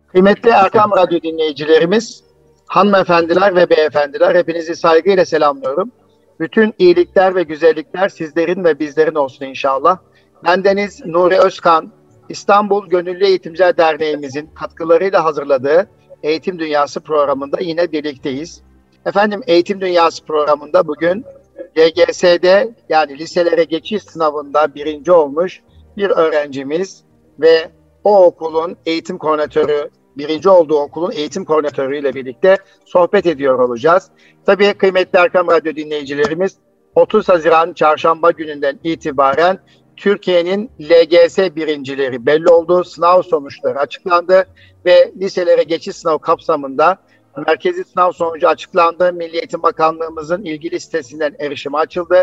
Kıymetli Erkam Radyo dinleyicilerimiz, hanımefendiler ve beyefendiler, hepinizi saygıyla selamlıyorum. Bütün iyilikler ve güzellikler sizlerin ve bizlerin olsun inşallah. Bendeniz Nuri Özkan, İstanbul Gönüllü Eğitimciler Derneğimizin katkılarıyla hazırladığı Eğitim Dünyası programında yine birlikteyiz. Efendim, Eğitim Dünyası programında bugün LGS'de, yani liselere geçiş sınavında birinci olmuş bir öğrencimiz ve o okulun eğitim koordinatörü, birinci olduğu okulun eğitim koordinatörüyle birlikte sohbet ediyor olacağız. Tabii kıymetli Erkam Radyo dinleyicilerimiz, 30 Haziran Çarşamba gününden itibaren Türkiye'nin LGS birincileri belli oldu. Sınav sonuçları açıklandı ve liselere geçiş sınavı kapsamında merkezi sınav sonucu açıklandı. Milli Eğitim Bakanlığımızın ilgili sitesinden erişime açıldı.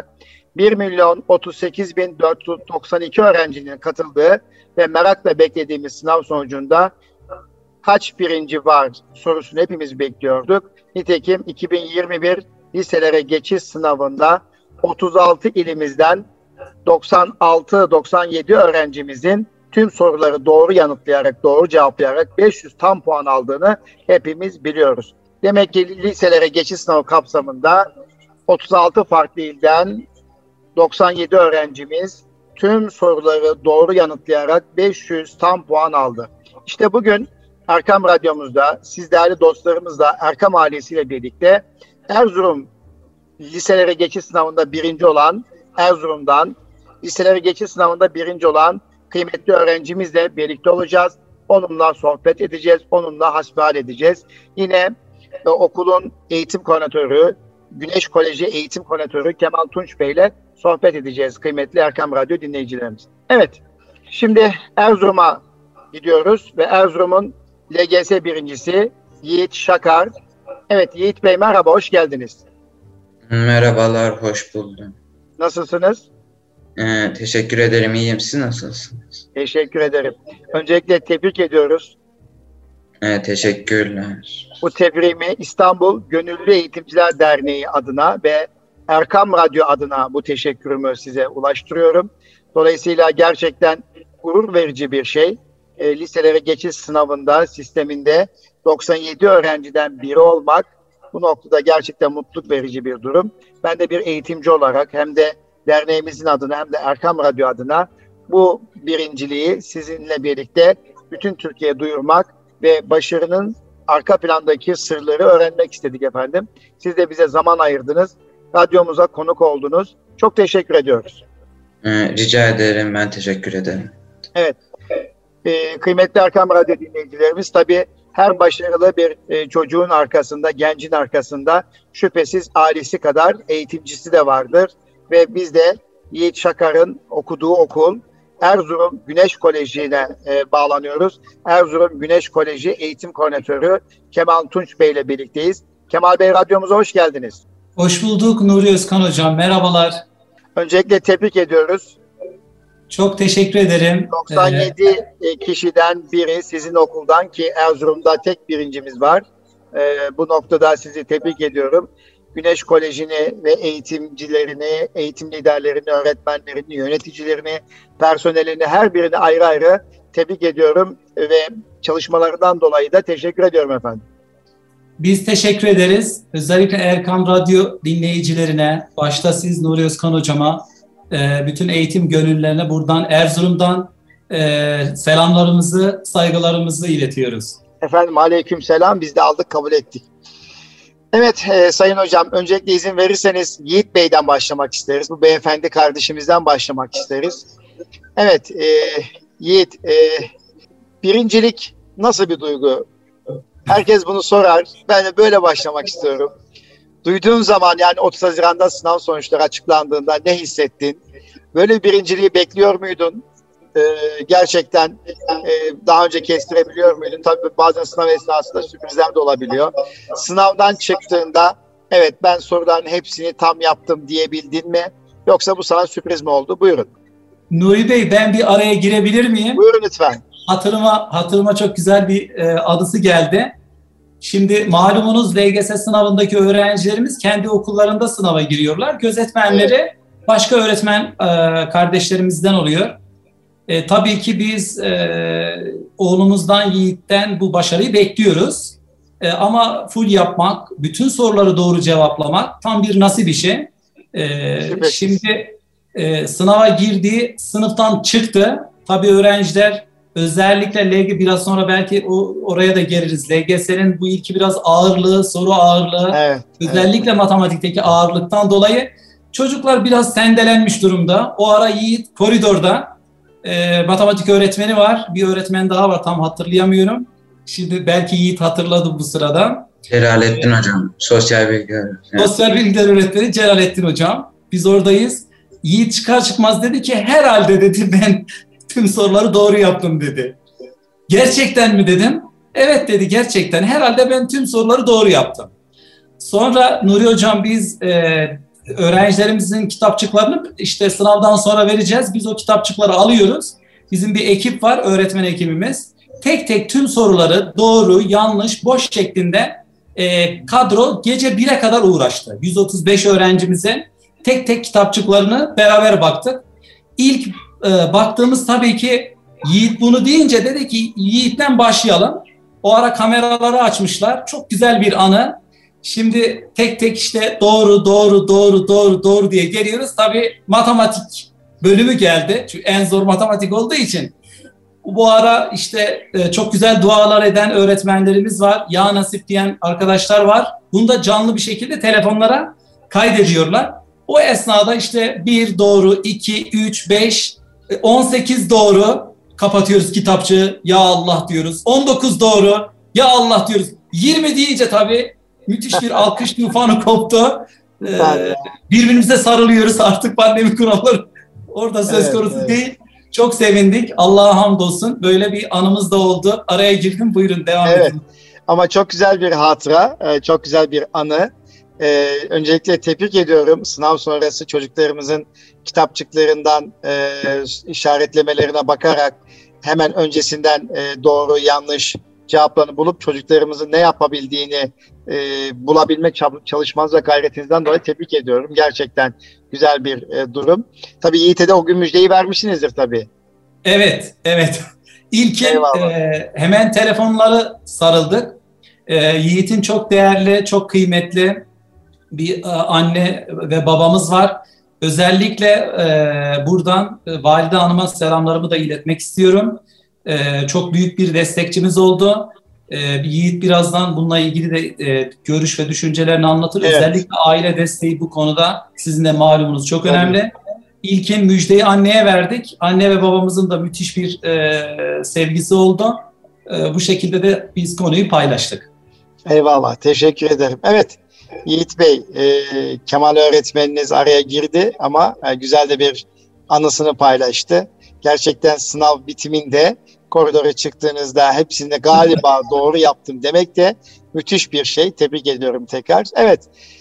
1.038.492 öğrencinin katıldığı ve merakla beklediğimiz sınav sonucunda kaç birinci var sorusunu hepimiz bekliyorduk. Nitekim 2021 liselere geçiş sınavında 36 ilimizden 96-97 öğrencimizin tüm soruları doğru yanıtlayarak, doğru cevaplayarak 500 tam puan aldığını hepimiz biliyoruz. Demek ki liselere geçiş sınavı kapsamında 36 farklı ilden 97 öğrencimiz tüm soruları doğru yanıtlayarak 500 tam puan aldı. İşte bugün Erkam Radyomuzda siz değerli dostlarımızla Erkam ailesiyle birlikte Erzurum liselere geçiş sınavında birinci olan Erzurum'dan liselere geçiş sınavında birinci olan kıymetli öğrencimizle birlikte olacağız. Onunla sohbet edeceğiz, onunla hasbihal edeceğiz. Yine okulun eğitim koordinatörü, Güneş Koleji eğitim koordinatörü Kemal Tunç Bey ile sohbet edeceğiz kıymetli Erkam Radyo dinleyicilerimiz. Evet, şimdi Erzurum'a gidiyoruz ve Erzurum'un LGS birincisi Yiğit Şakar. Evet Yiğit Bey, merhaba, hoş geldiniz. Merhabalar, hoş buldum. Nasılsınız? Teşekkür ederim, iyiyim. Siz nasılsınız? Teşekkür ederim. Öncelikle tebrik ediyoruz. Teşekkürler. Bu tebriğimi İstanbul Gönüllü Eğitimciler Derneği adına ve Erkam Radyo adına bu teşekkürümü size ulaştırıyorum. Dolayısıyla gerçekten gurur verici bir şey. Liselere geçiş sınavında, sisteminde 97 öğrenciden biri olmak bu noktada gerçekten mutluluk verici bir durum. Ben de bir eğitimci olarak hem de derneğimizin adına hem de Erkam Radyo adına bu birinciliği sizinle birlikte bütün Türkiye'ye duyurmak ve başarının arka plandaki sırları öğrenmek istedik efendim. Siz de bize zaman ayırdınız. Radyomuza konuk oldunuz. Çok teşekkür ediyoruz. Rica ederim, ben teşekkür ederim. Evet. Kıymetli Erkam Radyo dinleyicilerimiz, tabii her başarılı bir çocuğun arkasında, gencin arkasında şüphesiz ailesi kadar eğitimcisi de vardır. Ve biz de Yiğit Şakar'ın okuduğu okul Erzurum Güneş Koleji'ne bağlanıyoruz. Erzurum Güneş Koleji Eğitim Koordinatörü Kemal Tunç Bey ile birlikteyiz. Kemal Bey, radyomuza hoş geldiniz. Hoş bulduk Nuri Özkan Hocam, merhabalar. Öncelikle tebrik ediyoruz. Çok teşekkür ederim. 97 kişiden biri sizin okuldan, ki Erzurum'da tek birincimiz var. Bu noktada sizi tebrik ediyorum. Güneş Koleji'ni ve eğitimcilerini, eğitim liderlerini, öğretmenlerini, yöneticilerini, personelini, her birini ayrı ayrı tebrik ediyorum ve çalışmalarından dolayı da teşekkür ediyorum efendim. Biz teşekkür ederiz. Özellikle Erkam Radyo dinleyicilerine, başta siz Nuri Özkan Hocama, bütün eğitim gönüllülerine buradan Erzurum'dan selamlarımızı, saygılarımızı iletiyoruz. Efendim aleyküm selam, biz de aldık, kabul ettik. Evet Sayın Hocam, öncelikle izin verirseniz Yiğit Bey'den başlamak isteriz. Bu beyefendi kardeşimizden başlamak isteriz. Evet Yiğit, birincilik nasıl bir duygu? Herkes bunu sorar. Ben de böyle başlamak istiyorum. Duyduğun zaman, yani 30 Haziran'da sınav sonuçları açıklandığında ne hissettin? Böyle birinciliği bekliyor muydun? Gerçekten daha önce kestirebiliyor muydun? Tabii bazen sınav esnasında sürprizler de olabiliyor. Sınavdan çıktığında evet ben soruların hepsini tam yaptım diyebildin mi? Yoksa bu sana sürpriz mi oldu? Buyurun. Nuri Bey, ben bir araya girebilir miyim? Buyurun lütfen. Hatırıma çok güzel bir adısı geldi. Şimdi malumunuz LGS sınavındaki öğrencilerimiz kendi okullarında sınava giriyorlar. Gözetmenleri başka öğretmen kardeşlerimizden oluyor. Tabii ki biz oğlumuzdan, Yiğit'ten bu başarıyı bekliyoruz. Ama full yapmak, bütün soruları doğru cevaplamak tam bir nasip işi. Şimdi sınava girdi, sınıftan çıktı. Tabii öğrenciler özellikle LG, biraz sonra belki oraya da geliriz. LGS'nin bu ilki biraz ağırlığı, soru ağırlığı, evet, özellikle matematikteki ağırlıktan dolayı çocuklar biraz sendelenmiş durumda. O ara Yiğit koridorda, matematik öğretmeni var. Bir öğretmen daha var, tam hatırlayamıyorum. Şimdi belki Yiğit hatırladı bu sırada. Celalettin Hocam, sosyal bilgiler. Sosyal bilgiler öğretmeni Celalettin Hocam. Biz oradayız. Yiğit çıkar çıkmaz dedi ki herhalde dedi ben tüm soruları doğru yaptım dedi. Gerçekten mi dedim. Evet dedi, gerçekten. Herhalde ben tüm soruları doğru yaptım. Sonra Nuri Hocam biz öğrencilerimizin kitapçıklarını işte sınavdan sonra vereceğiz. Biz o kitapçıkları alıyoruz. Bizim bir ekip var, öğretmen ekibimiz. Tek tek tüm soruları doğru, yanlış, boş şeklinde kadro gece 1'e kadar uğraştı. 135 öğrencimizin tek tek kitapçıklarını beraber baktık. İlk baktığımız tabii ki Yiğit bunu deyince dedi ki Yiğit'ten başlayalım. O ara kameraları açmışlar. Çok güzel bir anı. Şimdi tek tek işte doğru diye geliyoruz. Tabii matematik bölümü geldi. Çünkü en zor matematik olduğu için. Bu ara işte çok güzel dualar eden öğretmenlerimiz var. Ya nasip diyen arkadaşlar var. Bunu da canlı bir şekilde telefonlara kaydediyorlar. O esnada işte 1 doğru, 2, 3, 5, 18 doğru kapatıyoruz kitapçığı. Ya Allah diyoruz. 19 doğru. Ya Allah diyoruz. 20 deyince tabii müthiş bir alkış tufanı koptu. Birbirimize sarılıyoruz. Artık pandemi kuralları orada söz konusu değil. Çok sevindik. Allah'a hamdolsun. Böyle bir anımız da oldu. Araya girdim. Buyurun devam edin. Ama çok güzel bir hatıra. Çok güzel bir anı. Öncelikle tebrik ediyorum. Sınav sonrası çocuklarımızın kitapçıklarından işaretlemelerine bakarak hemen öncesinden doğru yanlış cevaplarını bulup çocuklarımızın ne yapabildiğini bulabilme çalışmanız ve gayretinizden dolayı tebrik ediyorum. Gerçekten güzel bir durum. Tabii Yiğit'e de o gün müjdeyi vermişsinizdir tabii. Evet. İlkin hemen telefonları sarıldık. Yiğit'in çok değerli, çok kıymetli bir anne ve babamız var. Özellikle buradan Valide Hanım'a selamlarımı da iletmek istiyorum. Çok büyük bir destekçimiz oldu. Yiğit birazdan bununla ilgili de görüş ve düşüncelerini anlatır. Evet. Özellikle aile desteği bu konuda sizin de malumunuz çok önemli. İlkin müjdeyi anneye verdik. Anne ve babamızın da müthiş bir sevgisi oldu. Bu şekilde de biz konuyu paylaştık. Eyvallah, teşekkür ederim. Evet, Yiğit Bey, Kemal öğretmeniniz araya girdi ama güzel de bir anısını paylaştı. Gerçekten sınav bitiminde koridora çıktığınızda hepsinde galiba doğru yaptım demek de müthiş bir şey. Tebrik ediyorum tekrar. Evet,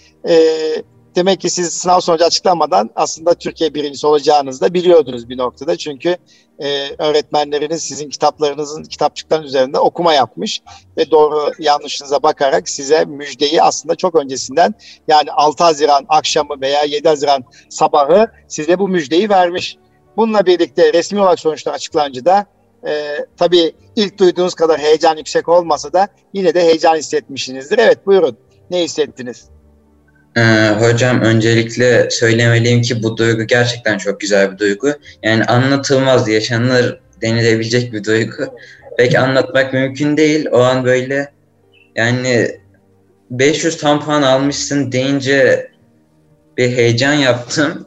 demek ki siz sınav sonucu açıklanmadan aslında Türkiye birincisi olacağınızı da biliyordunuz bir noktada. Çünkü öğretmenleriniz sizin kitapçıkların üzerinde okuma yapmış ve doğru yanlışınıza bakarak size müjdeyi aslında çok öncesinden, yani 6 Haziran akşamı veya 7 Haziran sabahı size bu müjdeyi vermiş. Bununla birlikte resmi olarak sonuçlar açıklanınca da tabii ilk duyduğunuz kadar heyecan yüksek olmasa da yine de heyecan hissetmişsinizdir. Evet, buyurun. Ne hissettiniz? Hocam öncelikle söylemeliyim ki bu duygu gerçekten çok güzel bir duygu. Yani anlatılmaz, yaşanır denilebilecek bir duygu. Peki anlatmak mümkün değil. O an böyle yani 500 tam puan almışsın deyince bir heyecan yaptım.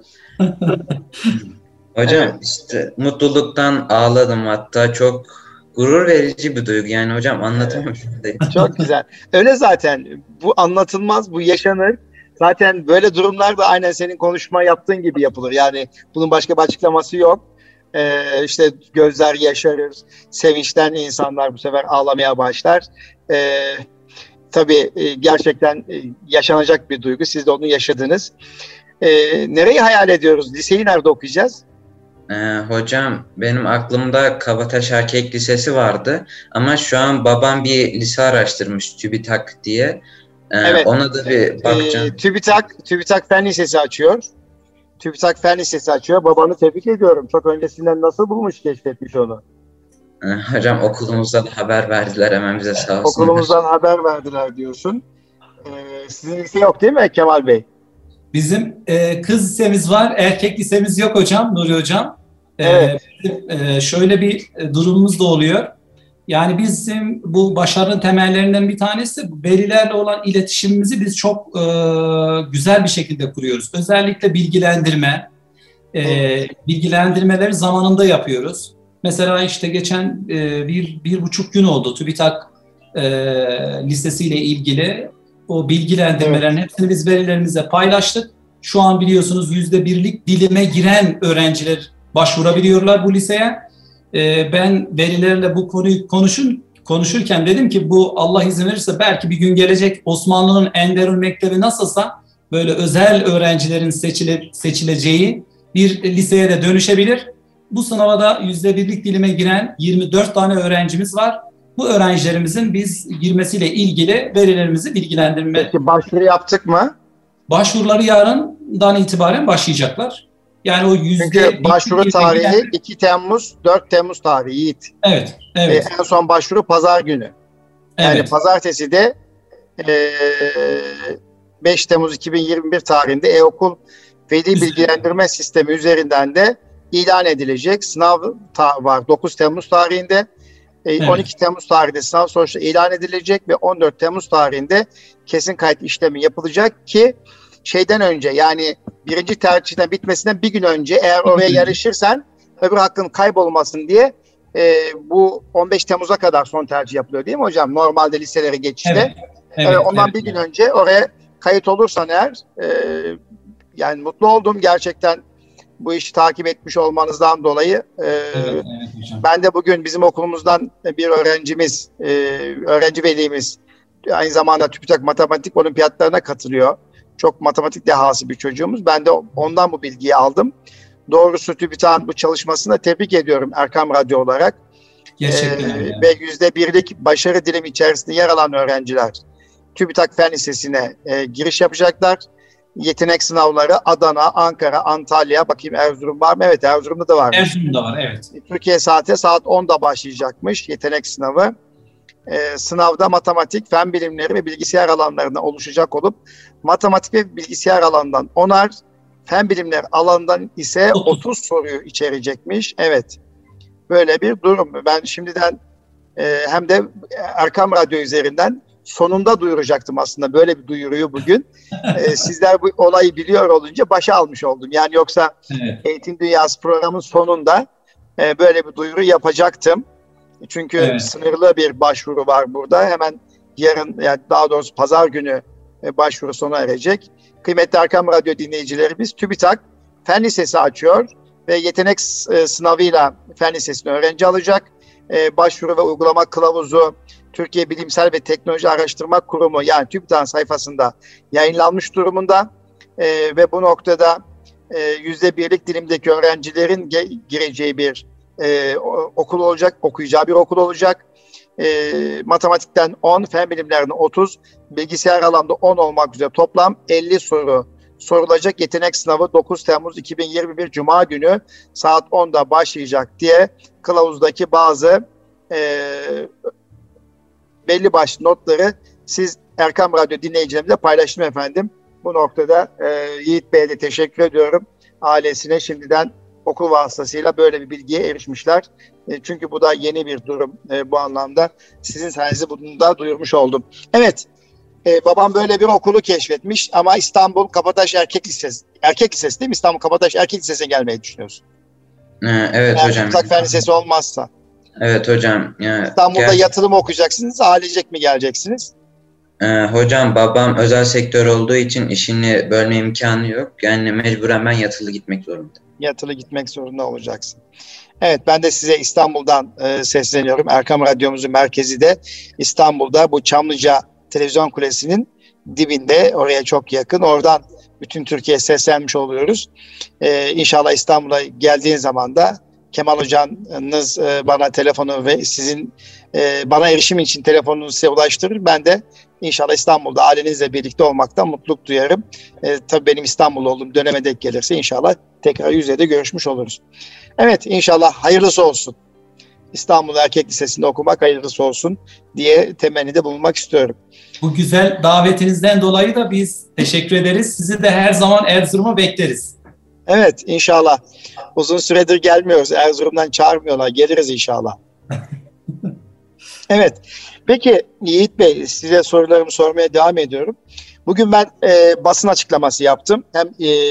Hocam işte mutluluktan ağladım, hatta çok gurur verici bir duygu. Yani hocam anlatamam şimdi. Çok güzel. Öyle zaten. Bu anlatılmaz, bu yaşanır. Zaten böyle durumlar da aynen senin konuşma yaptığın gibi yapılır. Yani bunun başka bir açıklaması yok. İşte gözler yaşarır. Sevinçten insanlar bu sefer ağlamaya başlar. Tabii gerçekten yaşanacak bir duygu. Siz de onu yaşadınız. Nereyi hayal ediyoruz? Liseyi nerede okuyacağız? Hocam benim aklımda Kabataş Erkek Lisesi vardı. Ama şu an babam bir lise araştırmış, TÜBİTAK diye. Evet. Ona da bir bakacağım. TÜBİTAK Fen Lisesi açıyor. TÜBİTAK Fen Lisesi açıyor. Babanı tebrik ediyorum. Çok öncesinden nasıl bulmuş, keşfetmiş onu? Hocam okulumuzdan haber verdiler hemen bize, sağ olsunlar. Okulumuzdan haber verdiler diyorsun. Sizin lise yok değil mi Kemal Bey? Bizim kız lisemiz var, erkek lisemiz yok hocam, Nuri hocam. Evet. Şöyle bir durumumuz da oluyor. Yani bizim bu başarının temellerinden bir tanesi, velilerle olan iletişimimizi biz çok güzel bir şekilde kuruyoruz. Özellikle bilgilendirme, bilgilendirmeleri zamanında yapıyoruz. Mesela işte geçen bir buçuk gün oldu TÜBİTAK listesiyle ilgili o bilgilendirmelerin hepsini biz velilerimize paylaştık. Şu an biliyorsunuz %1'lik dilime giren öğrenciler başvurabiliyorlar bu liseye. Ben velilerle bu konuyu konuşurken dedim ki bu Allah izin verirse belki bir gün gelecek, Osmanlı'nın Enderun Mektebi nasılsa böyle özel öğrencilerin seçileceği bir liseye de dönüşebilir. Bu sınava da %1'lik dilime giren 24 tane öğrencimiz var. Bu öğrencilerimizin biz girmesiyle ilgili velilerimizi bilgilendirme. Peki başvuru yaptık mı? Başvuruları yarından itibaren başlayacaklar. Yani o Çünkü başvuru tarihi 2 Temmuz, 4 Temmuz tarihi Yiğit. Evet, evet. En son başvuru pazar günü. Yani Evet. pazartesi de 5 Temmuz 2021 tarihinde e-okul veli bilgilendirme sistemi üzerinden de ilan edilecek. Sınav var 9 Temmuz tarihinde. 12 Temmuz tarihinde sınav sonuçları ilan edilecek ve 14 Temmuz tarihinde kesin kayıt işlemi yapılacak ki şeyden önce, yani birinci tercihten bitmesinden bir gün önce eğer oraya yarışırsan öbür hakkın kaybolmasın diye bu 15 Temmuz'a kadar son tercih yapılıyor değil mi hocam? Normalde liselere geçişte. Ondan bir gün önce oraya kayıt olursan eğer yani mutlu oldum gerçekten bu işi takip etmiş olmanızdan dolayı. Ben de bugün bizim okulumuzdan bir öğrencimiz, öğrenci velimiz aynı zamanda TÜBİTAK matematik olimpiyatlarına katılıyor. Çok matematik dehası bir çocuğumuz. Ben de ondan bu bilgiyi aldım. Doğrusu TÜBİTAK'ın bu çalışmasını tebrik ediyorum Erkam Radyo olarak. Gerçekten ve %1'lik başarı dilimi içerisinde yer alan öğrenciler TÜBİTAK Fen Lisesi'ne giriş yapacaklar. Yetenek sınavları Adana, Ankara, Antalya, bakayım Erzurum var mı? Evet, Erzurum'da da var. Erzurum'da var, evet. Türkiye saat 10'da başlayacakmış yetenek sınavı. Sınavda matematik, fen bilimleri ve bilgisayar alanlarında oluşacak olup matematik ve bilgisayar alanından 10'ar, fen bilimler alanından ise 30 soruyu içerecekmiş. Evet, böyle bir durum. Ben şimdiden hem de Erkam Radyo üzerinden sonunda duyuracaktım aslında böyle bir duyuruyu bugün. Sizler bu olayı biliyor olunca başa almış oldum. Yani yoksa Eğitim Dünyası programın sonunda böyle bir duyuru yapacaktım. Çünkü sınırlı bir başvuru var burada. Hemen yarın, yani daha doğrusu pazar günü başvuru sona erecek. Kıymetli Erkam Radyo dinleyicilerimiz, TÜBİTAK Fen Lisesi açıyor ve yetenek sınavıyla Fen Lisesi'ne öğrenci alacak. Başvuru ve uygulama kılavuzu Türkiye Bilimsel ve Teknoloji Araştırma Kurumu, yani TÜBİTAK'ın sayfasında yayınlanmış durumunda ve bu noktada %1'lik dilimdeki öğrencilerin gireceği bir okul olacak, okuyacağı bir okul olacak. Matematikten 10, fen bilimlerine 30, bilgisayar alanda 10 olmak üzere toplam 50 soru sorulacak. Yetenek sınavı 9 Temmuz 2021 Cuma günü saat 10'da başlayacak diye kılavuzdaki bazı belli başlı notları siz Erkam Radyo dinleyicilerimle paylaştım efendim. Bu noktada Yiğit Bey'e de teşekkür ediyorum. Ailesine şimdiden okul vasıtasıyla böyle bir bilgiye erişmişler. Çünkü bu da yeni bir durum bu anlamda. Sizin sayenizde bunu da duyurmuş oldum. Evet, babam böyle bir okulu keşfetmiş ama İstanbul Kabataş Erkek Lisesi değil mi? İstanbul Kabataş Erkek Lisesi'ne gelmeyi düşünüyorsun. Evet hocam. TÜBİTAK Fen Lisesi olmazsa. Evet hocam. İstanbul'da yatılı mı okuyacaksınız, ailecek mi geleceksiniz? Hocam babam özel sektör olduğu için işini bölme imkanı yok. Yani mecburen ben yatılı gitmek zorundayım. Yatılı gitmek zorunda olacaksın. Evet, ben de size İstanbul'dan sesleniyorum. Erkam Radyomuzun merkezi de İstanbul'da, bu Çamlıca Televizyon Kulesi'nin dibinde, oraya çok yakın. Oradan bütün Türkiye'ye seslenmiş oluyoruz. İnşallah İstanbul'a geldiğin zaman da Kemal Hocanız bana telefonu ve sizin bana erişim için telefonunuzu size ulaştırır. Ben de inşallah İstanbul'da ailenizle birlikte olmaktan mutluluk duyarım. Tabii benim İstanbul'da olduğum döneme denk gelirse inşallah tekrar yüz yüze de görüşmüş oluruz. Evet, inşallah hayırlısı olsun. İstanbul Erkek Lisesi'nde okumak hayırlısı olsun diye temennide bulunmak istiyorum. Bu güzel davetinizden dolayı da biz teşekkür ederiz. Sizi de her zaman Erzurum'a bekleriz. Evet, inşallah. Uzun süredir gelmiyoruz. Erzurum'dan çağırmıyorlar. Geliriz inşallah. Evet. Peki Yiğit Bey, size sorularımı sormaya devam ediyorum. Bugün ben basın açıklaması yaptım. Hem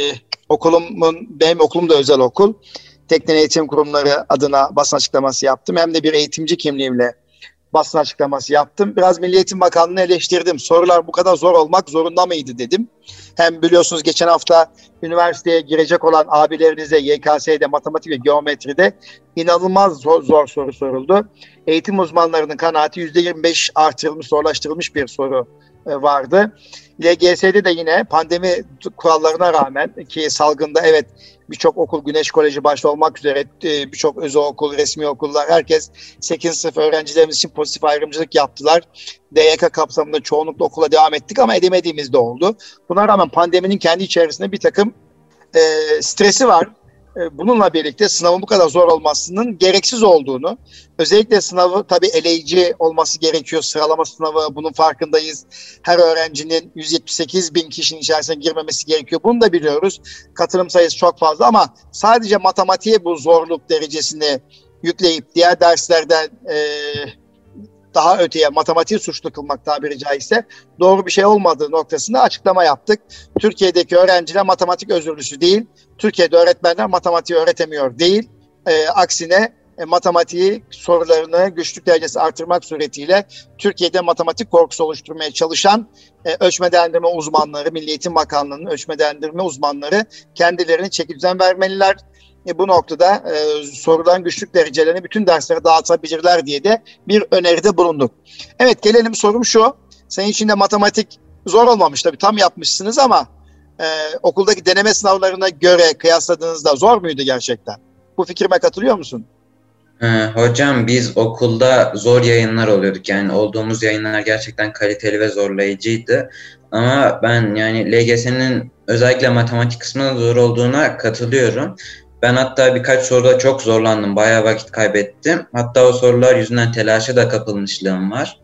benim okulum da özel okul. Teknik Eğitim Kurumları adına basın açıklaması yaptım. Hem de bir eğitimci kimliğimle basın açıklaması yaptım. Biraz Milli Eğitim Bakanlığı'nı eleştirdim. Sorular bu kadar zor olmak zorunda mıydı dedim. Hem biliyorsunuz geçen hafta üniversiteye girecek olan abilerinize YKS'de, matematik ve geometride inanılmaz zor soru soruldu. Eğitim uzmanlarının kanaati %25 artırılmış, zorlaştırılmış bir soru vardı. LGS'de de yine pandemi kurallarına rağmen ki salgında evet birçok okul, Güneş Koleji başta olmak üzere birçok özel okul, resmi okullar, herkes 8. sınıf öğrencilerimiz için pozitif ayrımcılık yaptılar. DYK kapsamında çoğunlukla okula devam ettik ama edemediğimiz de oldu. Buna rağmen pandeminin kendi içerisinde bir takım stresi var. Bununla birlikte sınavın bu kadar zor olmasının gereksiz olduğunu, özellikle sınavı tabii eleyici olması gerekiyor. Sıralama sınavı, bunun farkındayız. Her öğrencinin 178 bin kişinin içerisine girmemesi gerekiyor. Bunu da biliyoruz. Katılım sayısı çok fazla ama sadece matematiğe bu zorluk derecesini yükleyip diğer derslerden daha öteye matematiği suçlu kılmak tabiri caizse doğru bir şey olmadığı noktasında açıklama yaptık. Türkiye'deki öğrenciler matematik özürlüsü değil. Türkiye'de öğretmenler matematiği öğretemiyor değil. Aksine matematiği sorularını güçlük derecesi artırmak suretiyle Türkiye'de matematik korkusu oluşturmaya çalışan ölçme değerlendirme uzmanları, Milli Eğitim Bakanlığı'nın ölçme değerlendirme uzmanları kendilerini çekidüzen vermeliler. Bu noktada sorulan güçlük derecelerini bütün derslere dağıtabilirler diye de bir öneride bulunduk. Evet, gelelim sorum şu. Senin için de matematik zor olmamış tabii, tam yapmışsınız ama okuldaki deneme sınavlarına göre kıyasladığınızda zor muydu gerçekten? Bu fikrime katılıyor musun? Hocam biz okulda zor yayınlar oluyorduk. Yani olduğumuz yayınlar gerçekten kaliteli ve zorlayıcıydı. Ama ben yani LGS'nin özellikle matematik kısmında zor olduğuna katılıyorum. Ben hatta birkaç soruda çok zorlandım. Bayağı vakit kaybettim. Hatta o sorular yüzünden telaşa da kapılmışlığım var.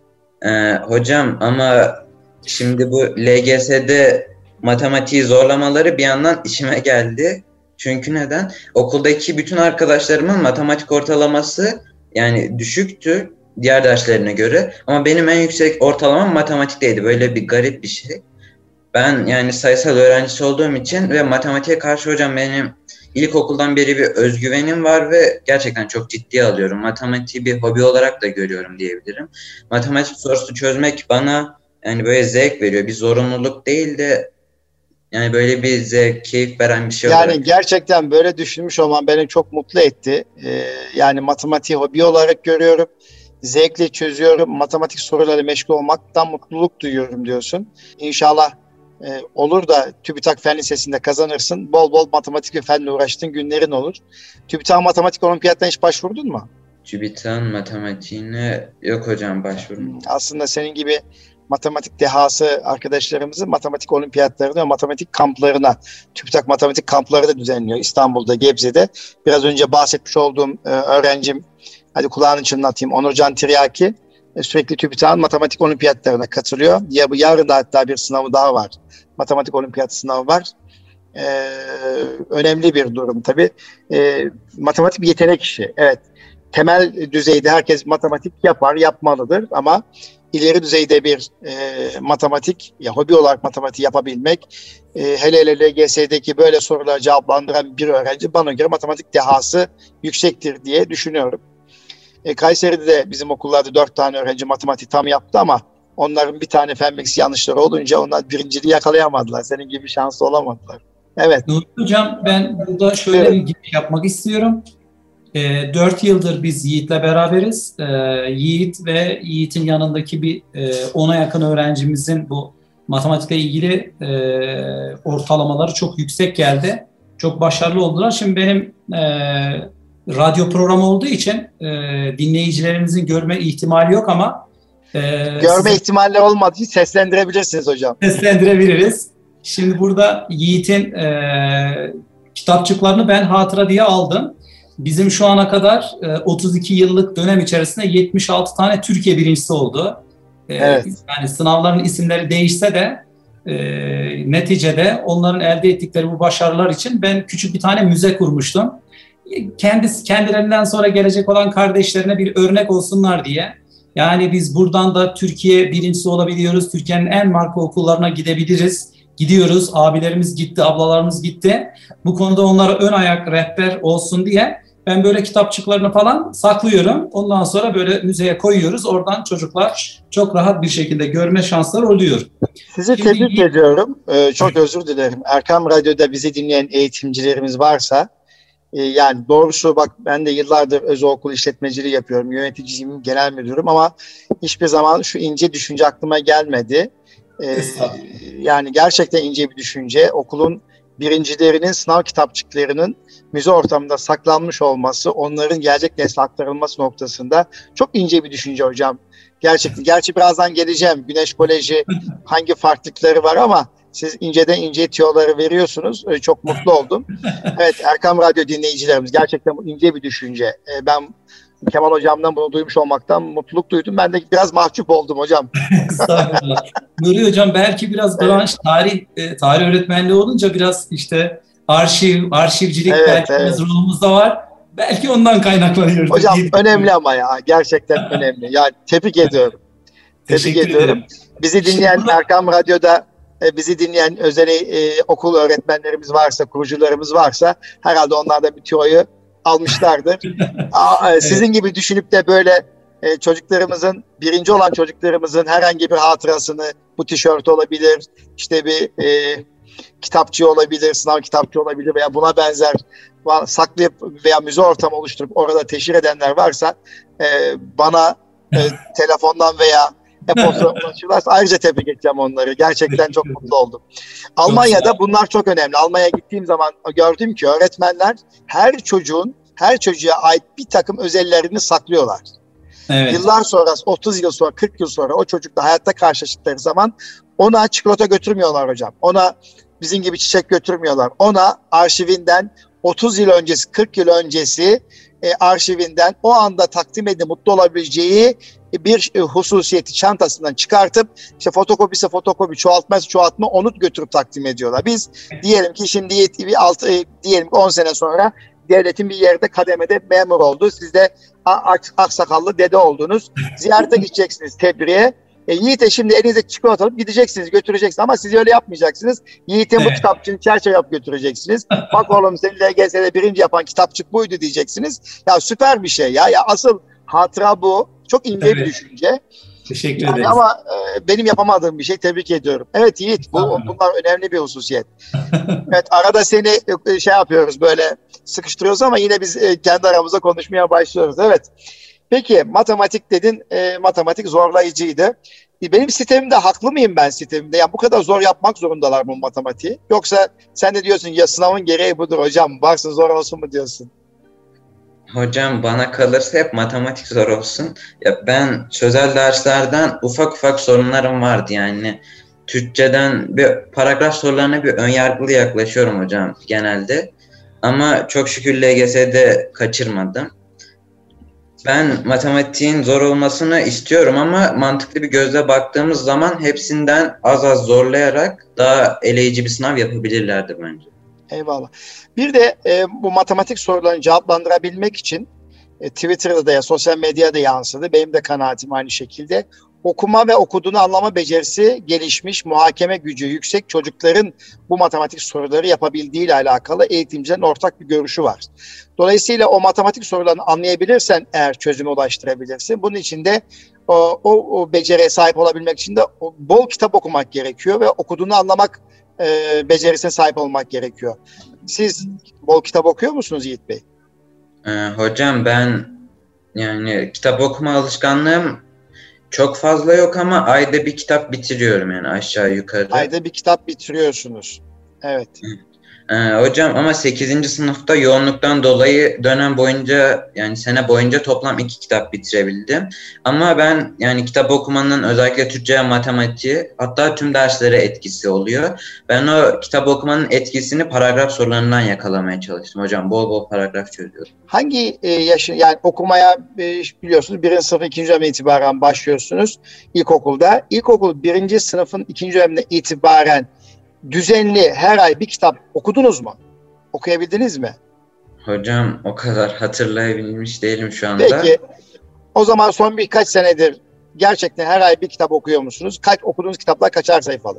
Hocam ama şimdi bu LGS'de matematiği zorlamaları bir yandan işime geldi. Çünkü neden? Okuldaki bütün arkadaşlarımın matematik ortalaması yani düşüktü diğer derslerine göre. Ama benim en yüksek ortalamam matematikteydi. Böyle bir garip bir şey. Ben yani sayısal öğrencisi olduğum için ve matematiğe karşı hocam benim İlkokuldan beri bir özgüvenim var ve gerçekten çok ciddiye alıyorum. Matematiği bir hobi olarak da görüyorum diyebilirim. Matematik sorusu çözmek bana yani böyle zevk veriyor. Bir zorunluluk değil de yani böyle bir zevk, keyif veren bir şey yani olarak. Gerçekten böyle düşünmüş olman beni çok mutlu etti. Yani matematiği hobi olarak görüyorum. Zevkle çözüyorum. Matematik sorularıyla meşgul olmaktan mutluluk duyuyorum diyorsun. İnşallah olur da TÜBİTAK Fen Lisesi'nde kazanırsın. Bol bol matematik ve fenle uğraştığın günlerin olur. TÜBİTAK Matematik Olimpiyatına hiç başvurdun mu? TÜBİTAK matematiğine yok hocam başvurmadım. Aslında senin gibi matematik dehası arkadaşlarımızın matematik olimpiyatlarına ve matematik kamplarına, TÜBİTAK matematik kampları da düzenliyor İstanbul'da, Gebze'de. Biraz önce bahsetmiş olduğum öğrencim, hadi kulağını çınlatayım, Onurcan Tiryaki sürekli TÜBİTAK'ın matematik olimpiyatlarına katılıyor. Yarın da hatta bir sınavı daha var. Matematik olimpiyatı sınavı var. Önemli bir durum tabii. Matematik bir yetenek işi. Evet. Temel düzeyde herkes matematik yapar, yapmalıdır ama ileri düzeyde bir matematik, ya hobi olarak matematik yapabilmek, hele hele LGS'deki böyle soruları cevaplandıran bir öğrenci bana göre matematik dehası yüksektir diye düşünüyorum. Kayseri'de de bizim okullarda 4 tane öğrenci matematik tam yaptı ama onların bir tane fen bilgisi yanlışları olunca onlar birinciliği yakalayamadılar. Senin gibi şanslı olamadılar. Evet. Nuri Hocam, ben burada şöyle bir giriş yapmak istiyorum. 4 yıldır biz Yiğit'le beraberiz. Yiğit ve Yiğit'in yanındaki bir 10'a yakın öğrencimizin bu matematikle ilgili ortalamaları çok yüksek geldi. Çok başarılı oldular. Şimdi benim radyo programı olduğu için dinleyicilerimizin görme ihtimali yok ama görme ihtimali olmadığı için seslendirebilirsiniz hocam. Seslendirebiliriz. Şimdi burada Yiğit'in kitapçıklarını ben hatıra diye aldım. Bizim şu ana kadar 32 yıllık dönem içerisinde 76 tane Türkiye birincisi oldu. Evet. Yani sınavların isimleri değişse de neticede onların elde ettikleri bu başarılar için ben küçük bir tane müze kurmuştum. Kendilerinden sonra gelecek olan kardeşlerine bir örnek olsunlar diye. Yani biz buradan da Türkiye birincisi olabiliyoruz. Türkiye'nin en marka okullarına gidebiliriz. Gidiyoruz. Abilerimiz gitti, ablalarımız gitti. Bu konuda onlara ön ayak rehber olsun diye ben böyle kitapçıklarını falan saklıyorum. Ondan sonra böyle müzeye koyuyoruz. Oradan çocuklar çok rahat bir şekilde görme şansları oluyor. Sizi tebrik ediyorum. Çok özür dilerim. Erkam Radyo'da bizi dinleyen eğitimcilerimiz varsa, yani doğrusu bak, ben de yıllardır özel okul işletmeciliği yapıyorum. Yöneticiyim, genel müdürüm ama hiçbir zaman şu ince düşünce aklıma gelmedi. Yani gerçekten ince bir düşünce. Okulun birincilerinin sınav kitapçıklarının müze ortamında saklanmış olması, onların gelecek nesle aktarılması noktasında çok ince bir düşünce hocam. Gerçekten. Gerçi birazdan geleceğim. Güneş Koleji hangi farklılıkları var ama siz inceden inceye tüyoları veriyorsunuz. Çok mutlu oldum. Evet, Erkam Radyo dinleyicilerimiz, gerçekten bu ince bir düşünce. Ben Kemal hocamdan bunu duymuş olmaktan mutluluk duydum. Ben de biraz mahcup oldum hocam. Estağfurullah. Nuri hocam belki biraz branş tarih öğretmenliği olunca biraz işte arşivcilik belki biraz ruhumuzda var. Belki ondan kaynaklanıyor. Hocam önemli ama ya. Gerçekten önemli. Yani tebrik ediyorum. Tebrik ediyorum. Bizi dinleyen Erkam Radyo'da bizi dinleyen özel okul öğretmenlerimiz varsa, kurucularımız varsa herhalde onlar da bir tüyoyu almışlardır. Sizin gibi düşünüp de böyle çocuklarımızın, birinci olan çocuklarımızın herhangi bir hatırasını, bu tişört olabilir, işte bir kitapçı olabilir, sınav kitapçı olabilir veya buna benzer saklayıp veya müze ortamı oluşturup orada teşhir edenler varsa bana telefondan veya e-posta ulaşırlarsa ayrıca tebrik edeceğim onları. Gerçekten çok mutlu oldum. Almanya'da bunlar çok önemli. Almanya'ya gittiğim zaman gördüm ki öğretmenler her çocuğa ait bir takım özelliklerini saklıyorlar. Evet. Yıllar sonra, 30 yıl sonra, 40 yıl sonra o çocukla hayatta karşılaştıkları zaman ona çikolata götürmüyorlar hocam. Ona bizim gibi çiçek götürmüyorlar. Ona arşivinden 30 yıl öncesi, 40 yıl öncesi arşivinden o anda takdim edip mutlu olabileceği bir hususiyeti çantasından çıkartıp işte fotokopisi fotokopi, çoğaltması çoğaltma onu götürüp takdim ediyorlar. Biz diyelim ki şimdi diyelim ki 10 sene sonra devletin bir yerde kademede memur oldu. Siz de aksakallı dede oldunuz. Ziyarete gideceksiniz tebriğe. Yiğit'e şimdi elinize çikolata alıp gideceksiniz, götüreceksiniz ama siz öyle yapmayacaksınız. Yiğit'in bu kitapçığını çerçeve yapıp götüreceksiniz. Bak oğlum seni LGS'de birinci yapan kitapçık buydu diyeceksiniz. Ya süper bir şey ya. Ya asıl hatıra bu. Çok ince bir düşünce. Teşekkür ederiz. Ama benim yapamadığım bir şey, tebrik ediyorum. Evet Yiğit, bunlar önemli bir hususiyet. Evet, arada seni şey yapıyoruz, böyle sıkıştırıyoruz ama yine biz kendi aramızda konuşmaya başlıyoruz. Evet. Peki matematik dedin, matematik zorlayıcıydı. Benim sistemimde haklı mıyım ben sistemimde? Yani bu kadar zor yapmak zorundalar bu matematiği. Yoksa sen de diyorsun ya sınavın gereği budur hocam, varsın zor olsun mu diyorsun? Hocam bana kalırsa hep matematik zor olsun. Ya ben sözel derslerden ufak sorunlarım vardı yani. Türkçeden bir paragraf sorularına bir önyargılı yaklaşıyorum hocam genelde. Ama çok şükür LGS'de kaçırmadım. Ben matematiğin zor olmasını istiyorum ama mantıklı bir gözle baktığımız zaman hepsinden az zorlayarak daha eleyici bir sınav yapabilirlerdi bence. Eyvallah. Bir de bu matematik sorularını cevaplandırabilmek için Twitter'da da ya sosyal medyada yansıdı. Benim de kanaatim aynı şekilde. Okuma ve okuduğunu anlama becerisi gelişmiş, muhakeme gücü yüksek çocukların bu matematik soruları yapabildiği ile alakalı eğitimcilerin ortak bir görüşü var. Dolayısıyla o matematik sorularını anlayabilirsen eğer çözüme ulaştırabilirsin. Bunun için de o beceriye sahip olabilmek için de bol kitap okumak gerekiyor ve okuduğunu anlamak becerisine sahip olmak gerekiyor. Siz bol kitap okuyor musunuz Yiğit Bey? Hocam ben yani kitap okuma alışkanlığım çok fazla yok ama ayda bir kitap bitiriyorum yani aşağı yukarı. Ayda bir kitap bitiriyorsunuz. Evet. Hocam ama 8. sınıfta yoğunluktan dolayı dönem boyunca yani sene boyunca toplam 2 kitap bitirebildim. Ama ben yani kitap okumanın özellikle Türkçe ve matematiği hatta tüm derslere etkisi oluyor. Ben o kitap okumanın etkisini paragraf sorularından yakalamaya çalıştım hocam. Bol bol paragraf çözüyorum. Hangi yaşın yani okumaya biliyorsunuz 1. sınıf 2. dönemden itibaren başlıyorsunuz ilkokulda. İlkokul 1. sınıfın 2. dönemine itibaren düzenli her ay bir kitap okudunuz mu? Okuyabildiniz mi? Hocam o kadar hatırlayabilmiş değilim şu anda. Peki o zaman son birkaç senedir gerçekten her ay bir kitap okuyor musunuz? Okuduğunuz kitaplar kaçar sayfalık?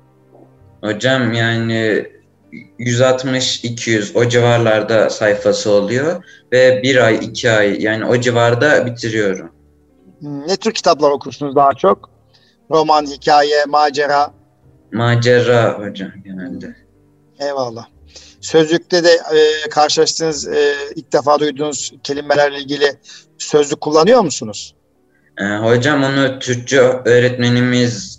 Hocam yani 160-200 o civarlarda sayfası oluyor ve 1 ay 2 ay yani o civarda bitiriyorum. Ne tür kitaplar okursunuz daha çok? Roman, hikaye, macera? Macera hocam genelde. Eyvallah. Sözlükte de karşılaştığınız, ilk defa duyduğunuz kelimelerle ilgili sözlük kullanıyor musunuz? Hocam onu Türkçe öğretmenimiz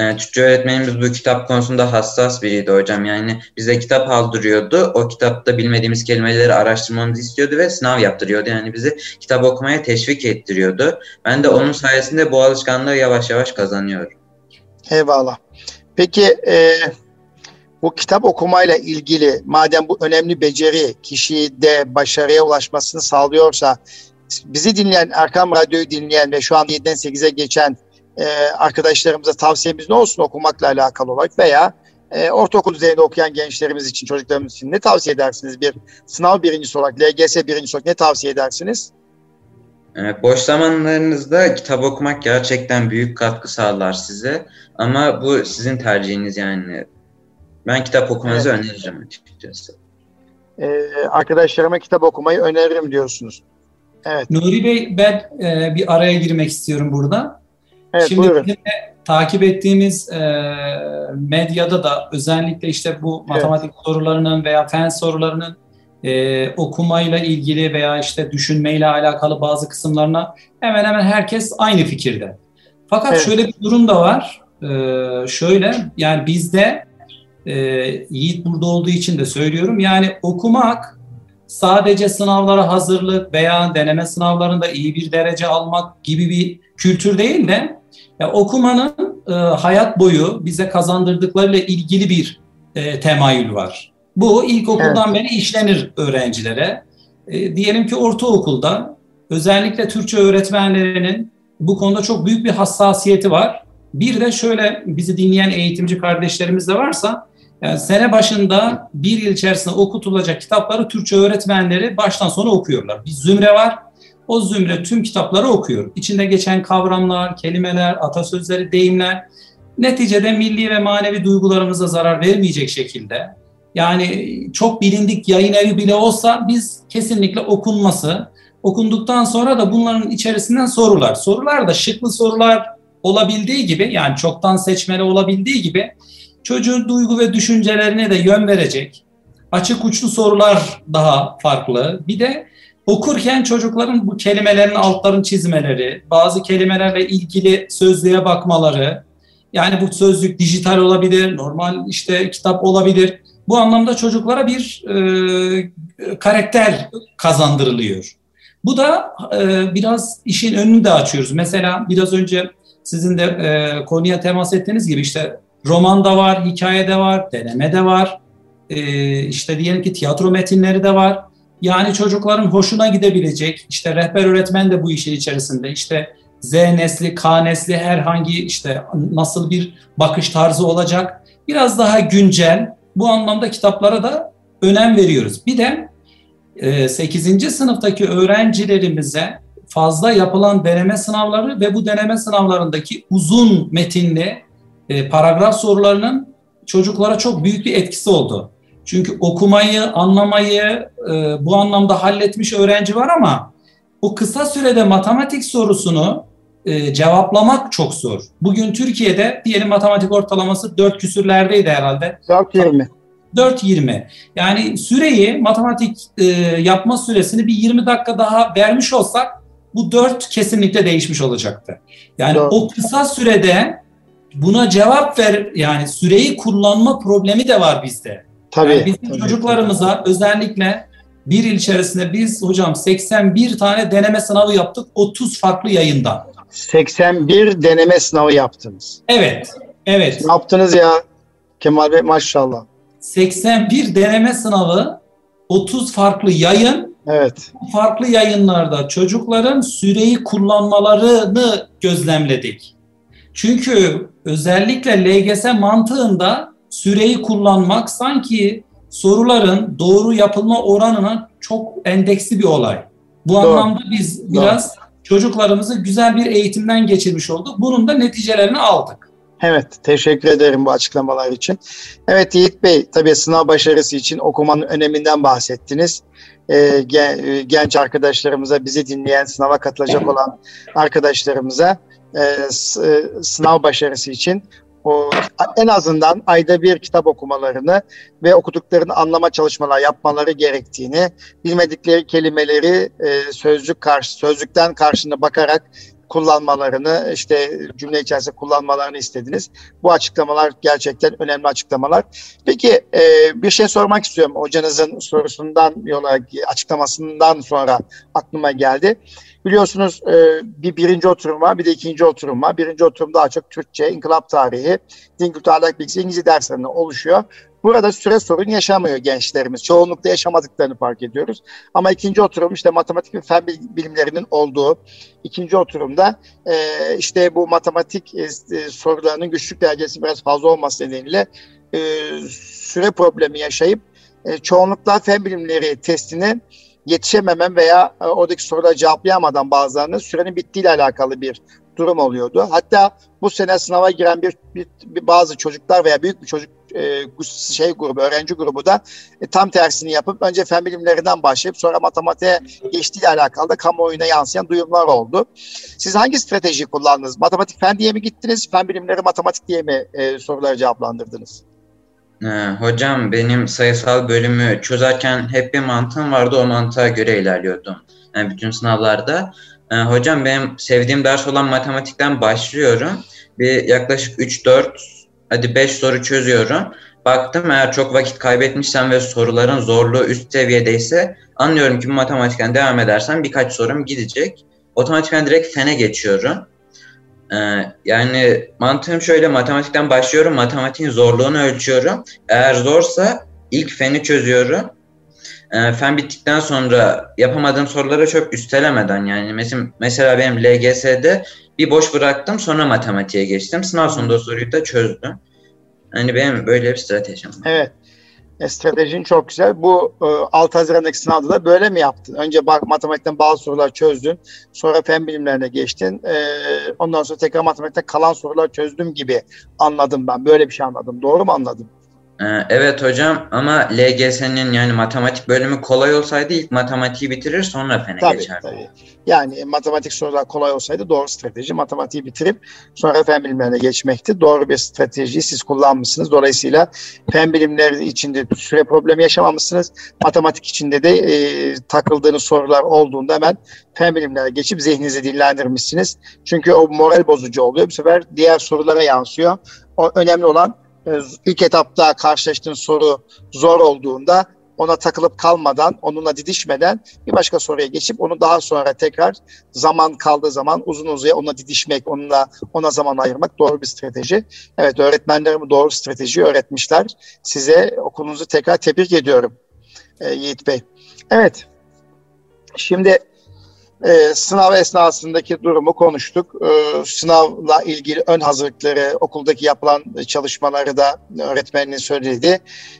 bu kitap konusunda hassas biriydi hocam. Yani bize kitap aldırıyordu. O kitapta bilmediğimiz kelimeleri araştırmamızı istiyordu ve sınav yaptırıyordu. Yani bizi kitap okumaya teşvik ettiriyordu. Ben de onun sayesinde bu alışkanlığı yavaş yavaş kazanıyorum. Eyvallah. Peki bu kitap okumayla ilgili madem bu önemli beceri kişide başarıya ulaşmasını sağlıyorsa bizi dinleyen, Erkam Radyo'yu dinleyen ve şu an 7'den 8'e geçen arkadaşlarımıza tavsiyemiz ne olsun okumakla alakalı olarak veya ortaokul düzeyinde okuyan gençlerimiz için, çocuklarımız için ne tavsiye edersiniz? Bir sınav birincisi olarak, LGS birincisi olarak ne tavsiye edersiniz? Boş zamanlarınızda kitap okumak gerçekten büyük katkı sağlar size. Ama bu sizin tercihiniz yani. Ben kitap okumanızı öneririm açıkçası. Arkadaşlarıma kitap okumayı öneririm diyorsunuz. Evet. Nuri Bey, ben bir araya girmek istiyorum burada. Evet, şimdi buyurun. Takip ettiğimiz medyada da özellikle işte bu matematik sorularının veya fen sorularının okumayla ilgili veya işte düşünmeyle alakalı bazı kısımlarına hemen hemen herkes aynı fikirde. Fakat şöyle bir durum da var. Şöyle yani bizde Yiğit burada olduğu için de söylüyorum. Yani okumak sadece sınavlara hazırlık veya deneme sınavlarında iyi bir derece almak gibi bir kültür değil de ya okumanın hayat boyu bize kazandırdıklarıyla ilgili bir temayül var. Bu ilkokuldan beri işlenir öğrencilere. Diyelim ki ortaokulda özellikle Türkçe öğretmenlerinin bu konuda çok büyük bir hassasiyeti var. Bir de şöyle bizi dinleyen eğitimci kardeşlerimiz de varsa yani sene başında bir yıl içerisinde okutulacak kitapları Türkçe öğretmenleri baştan sona okuyorlar. Bir zümre var. O zümre tüm kitapları okuyor. İçinde geçen kavramlar, kelimeler, atasözleri, deyimler neticede milli ve manevi duygularımıza zarar vermeyecek şekilde yani çok bilindik yayın evi bile olsa biz kesinlikle okunması, okunduktan sonra da bunların içerisinden sorular. Sorular da şıklı sorular olabildiği gibi yani çoktan seçmeli olabildiği gibi çocuğun duygu ve düşüncelerine de yön verecek. Açık uçlu sorular daha farklı. Bir de okurken çocukların bu kelimelerin altlarını çizmeleri, bazı kelimelerle ilgili sözlüğe bakmaları, yani bu sözlük dijital olabilir, normal işte kitap olabilir. Bu anlamda çocuklara bir karakter kazandırılıyor. Bu da biraz işin önünü de açıyoruz. Mesela biraz önce sizin de konuya temas ettiğiniz gibi işte romanda var, hikayede var, denemede var, işte diyelim ki tiyatro metinleri de var. Yani çocukların hoşuna gidebilecek, işte rehber öğretmen de bu işin içerisinde, işte Z nesli, K nesli herhangi işte nasıl bir bakış tarzı olacak, biraz daha güncel, bu anlamda kitaplara da önem veriyoruz. Bir de 8. sınıftaki öğrencilerimize fazla yapılan deneme sınavları ve bu deneme sınavlarındaki uzun metinli paragraf sorularının çocuklara çok büyük bir etkisi oldu. Çünkü okumayı, anlamayı bu anlamda halletmiş öğrenci var ama o kısa sürede matematik sorusunu cevaplamak çok zor. Bugün Türkiye'de diyelim matematik ortalaması 4 küsürlerdeydi herhalde. 4.20. 4.20. Yani süreyi, matematik yapma süresini bir 20 dakika daha vermiş olsak bu 4 kesinlikle değişmiş olacaktı. Yani Doğru. O kısa sürede buna cevap ver, yani süreyi kullanma problemi de var bizde. Tabii. Yani bizim çocuklarımıza özellikle bir yıl içerisinde biz hocam 81 tane deneme sınavı yaptık 30 farklı yayından. 81 deneme sınavı yaptınız. Evet. Evet. Ne yaptınız ya Kemal Bey, maşallah. 81 deneme sınavı, 30 farklı yayın. Evet. Farklı yayınlarda çocukların süreyi kullanmalarını gözlemledik. Çünkü özellikle LGS mantığında süreyi kullanmak sanki soruların doğru yapılma oranına çok endeksli bir olay. Bu Doğru. anlamda biz biraz çocuklarımızı güzel bir eğitimden geçirmiş olduk. Bunun da neticelerini aldık. Evet, teşekkür ederim bu açıklamalar için. Evet Yiğit Bey, tabii sınav başarısı için okumanın öneminden bahsettiniz. Genç arkadaşlarımıza, bizi dinleyen, sınava katılacak olan arkadaşlarımıza sınav başarısı için en azından ayda bir kitap okumalarını ve okuduklarını anlama çalışmalar yapmaları gerektiğini, bilmedikleri kelimeleri sözlükten karşına bakarak kullanmalarını, işte cümle içerisinde kullanmalarını istediniz. Bu açıklamalar gerçekten önemli açıklamalar. Peki bir şey sormak istiyorum. Hocanızın sorusundan açıklamasından sonra aklıma geldi. Biliyorsunuz birinci oturum var, bir de ikinci oturum var. Birinci oturum daha çok Türkçe, inkılap tarihi, din kültürü, ahlak bilgisi, İngilizce derslerinde oluşuyor. Burada süre sorun yaşamıyor gençlerimiz. Çoğunlukla yaşamadıklarını fark ediyoruz. Ama ikinci oturum işte matematik ve fen bilimlerinin olduğu ikinci oturumda işte bu matematik sorularının güçlük derecesi biraz fazla olması nedeniyle süre problemi yaşayıp çoğunlukla fen bilimleri testine yetişememem veya oradaki soruları cevaplayamadan bazılarının sürenin bittiğiyle alakalı bir durum oluyordu. Hatta bu sene sınava giren bazı çocuklar veya büyük bir çocuk öğrenci grubu da tam tersini yapıp önce fen bilimlerinden başlayıp sonra matematiğe geçtiğiyle alakalı da kamuoyuna yansıyan duyumlar oldu. Siz hangi strateji kullandınız? Matematik fen diye mi gittiniz? Fen bilimleri matematik diye mi soruları cevaplandırdınız? Hocam benim sayısal bölümü çözerken hep bir mantığım vardı. O mantığa göre ilerliyordum. Yani bütün sınavlarda. Hocam benim sevdiğim ders olan matematikten başlıyorum. Bir yaklaşık 3-4 hadi 5 soru çözüyorum. Baktım eğer çok vakit kaybetmişsem ve soruların zorluğu üst seviyedeyse anlıyorum ki bu matematikten devam edersem birkaç sorum gidecek. Otomatikten direkt fene geçiyorum. Yani mantığım şöyle, matematikten başlıyorum, matematiğin zorluğunu ölçüyorum. Eğer zorsa ilk feni çözüyorum. Fen bittikten sonra yapamadığım sorulara çok üstelemeden, yani mesela benim LGS'de bir boş bıraktım, sonra matematiğe geçtim. Sınav sonunda o soruyu da çözdüm. Yani benim böyle bir stratejim var. Evet. Stratejin çok güzel. Bu 6 Haziran'daki sınavda da böyle mi yaptın? Önce matematikten bazı sorular çözdün. Sonra fen bilimlerine geçtin. Ondan sonra tekrar matematikten kalan sorular çözdüm gibi anladım ben. Böyle bir şey anladım. Doğru mu anladım? Evet hocam, ama LGS'nin yani matematik bölümü kolay olsaydı ilk matematiği bitirir sonra fene geçerdim. Tabii. Yani matematik sorular kolay olsaydı doğru strateji matematiği bitirip sonra fen bilimlerine geçmekti. Doğru bir stratejiyi siz kullanmışsınız. Dolayısıyla fen bilimleri içinde süre problemi yaşamamışsınız. Matematik içinde de takıldığınız sorular olduğunda hemen fen bilimlerine geçip zihninizi dinlendirmişsiniz. Çünkü o moral bozucu oluyor. Bu sefer diğer sorulara yansıyor. O önemli olan ilk etapta karşılaştığın soru zor olduğunda ona takılıp kalmadan, onunla didişmeden bir başka soruya geçip onu daha sonra tekrar zaman kaldığı zaman uzun uzuya onunla didişmek, ona zaman ayırmak doğru bir strateji. Evet, öğretmenlerim doğru stratejiyi öğretmişler. Size okulunuzu tekrar tebrik ediyorum Yiğit Bey. Evet, şimdi sınav esnasındaki durumu konuştuk. Sınavla ilgili ön hazırlıkları, okuldaki yapılan çalışmaları da öğretmenin söyledi.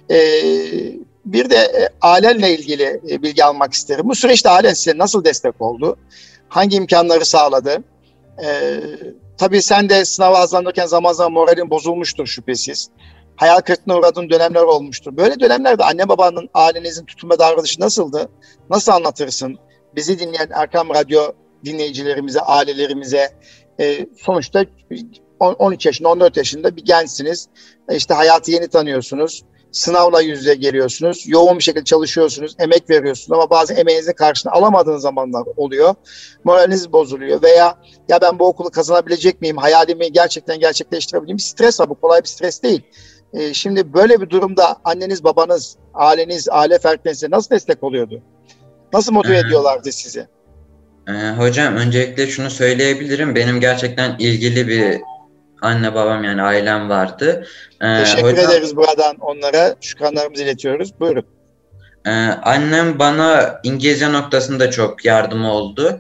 Bir de ailenle ilgili bilgi almak isterim. Bu süreçte ailen size nasıl destek oldu? Hangi imkanları sağladı? Tabii sen de sınava hazırlanırken zaman zaman moralin bozulmuştur şüphesiz. Hayal kırıklığına uğradığın dönemler olmuştur. Böyle dönemlerde anne babanın, ailenizin tutum ve davranışı nasıldı? Nasıl anlatırsın? Bizi dinleyen Erkam Radyo dinleyicilerimize, ailelerimize sonuçta 13 yaşında, 14 yaşında bir gençsiniz. İşte hayatı yeni tanıyorsunuz. Sınavla yüz yüze geliyorsunuz. Yoğun bir şekilde çalışıyorsunuz. Emek veriyorsunuz ama bazı emeğinizin karşılığını alamadığınız zamanlar oluyor. Moraliniz bozuluyor veya ya ben bu okulu kazanabilecek miyim? Hayalimi gerçekten gerçekleştirebilir miyim? Stres var. Bu kolay bir stres değil. Şimdi böyle bir durumda anneniz, babanız, aileniz, aile fertleri size nasıl destek oluyordu? Nasıl motive ediyorlardı sizi? Hocam öncelikle şunu söyleyebilirim. Benim gerçekten ilgili bir anne babam yani ailem vardı. Teşekkür Hocam, ederiz buradan onlara. Şükranlarımızı iletiyoruz. Buyurun. Annem bana İngilizce noktasında çok yardım oldu.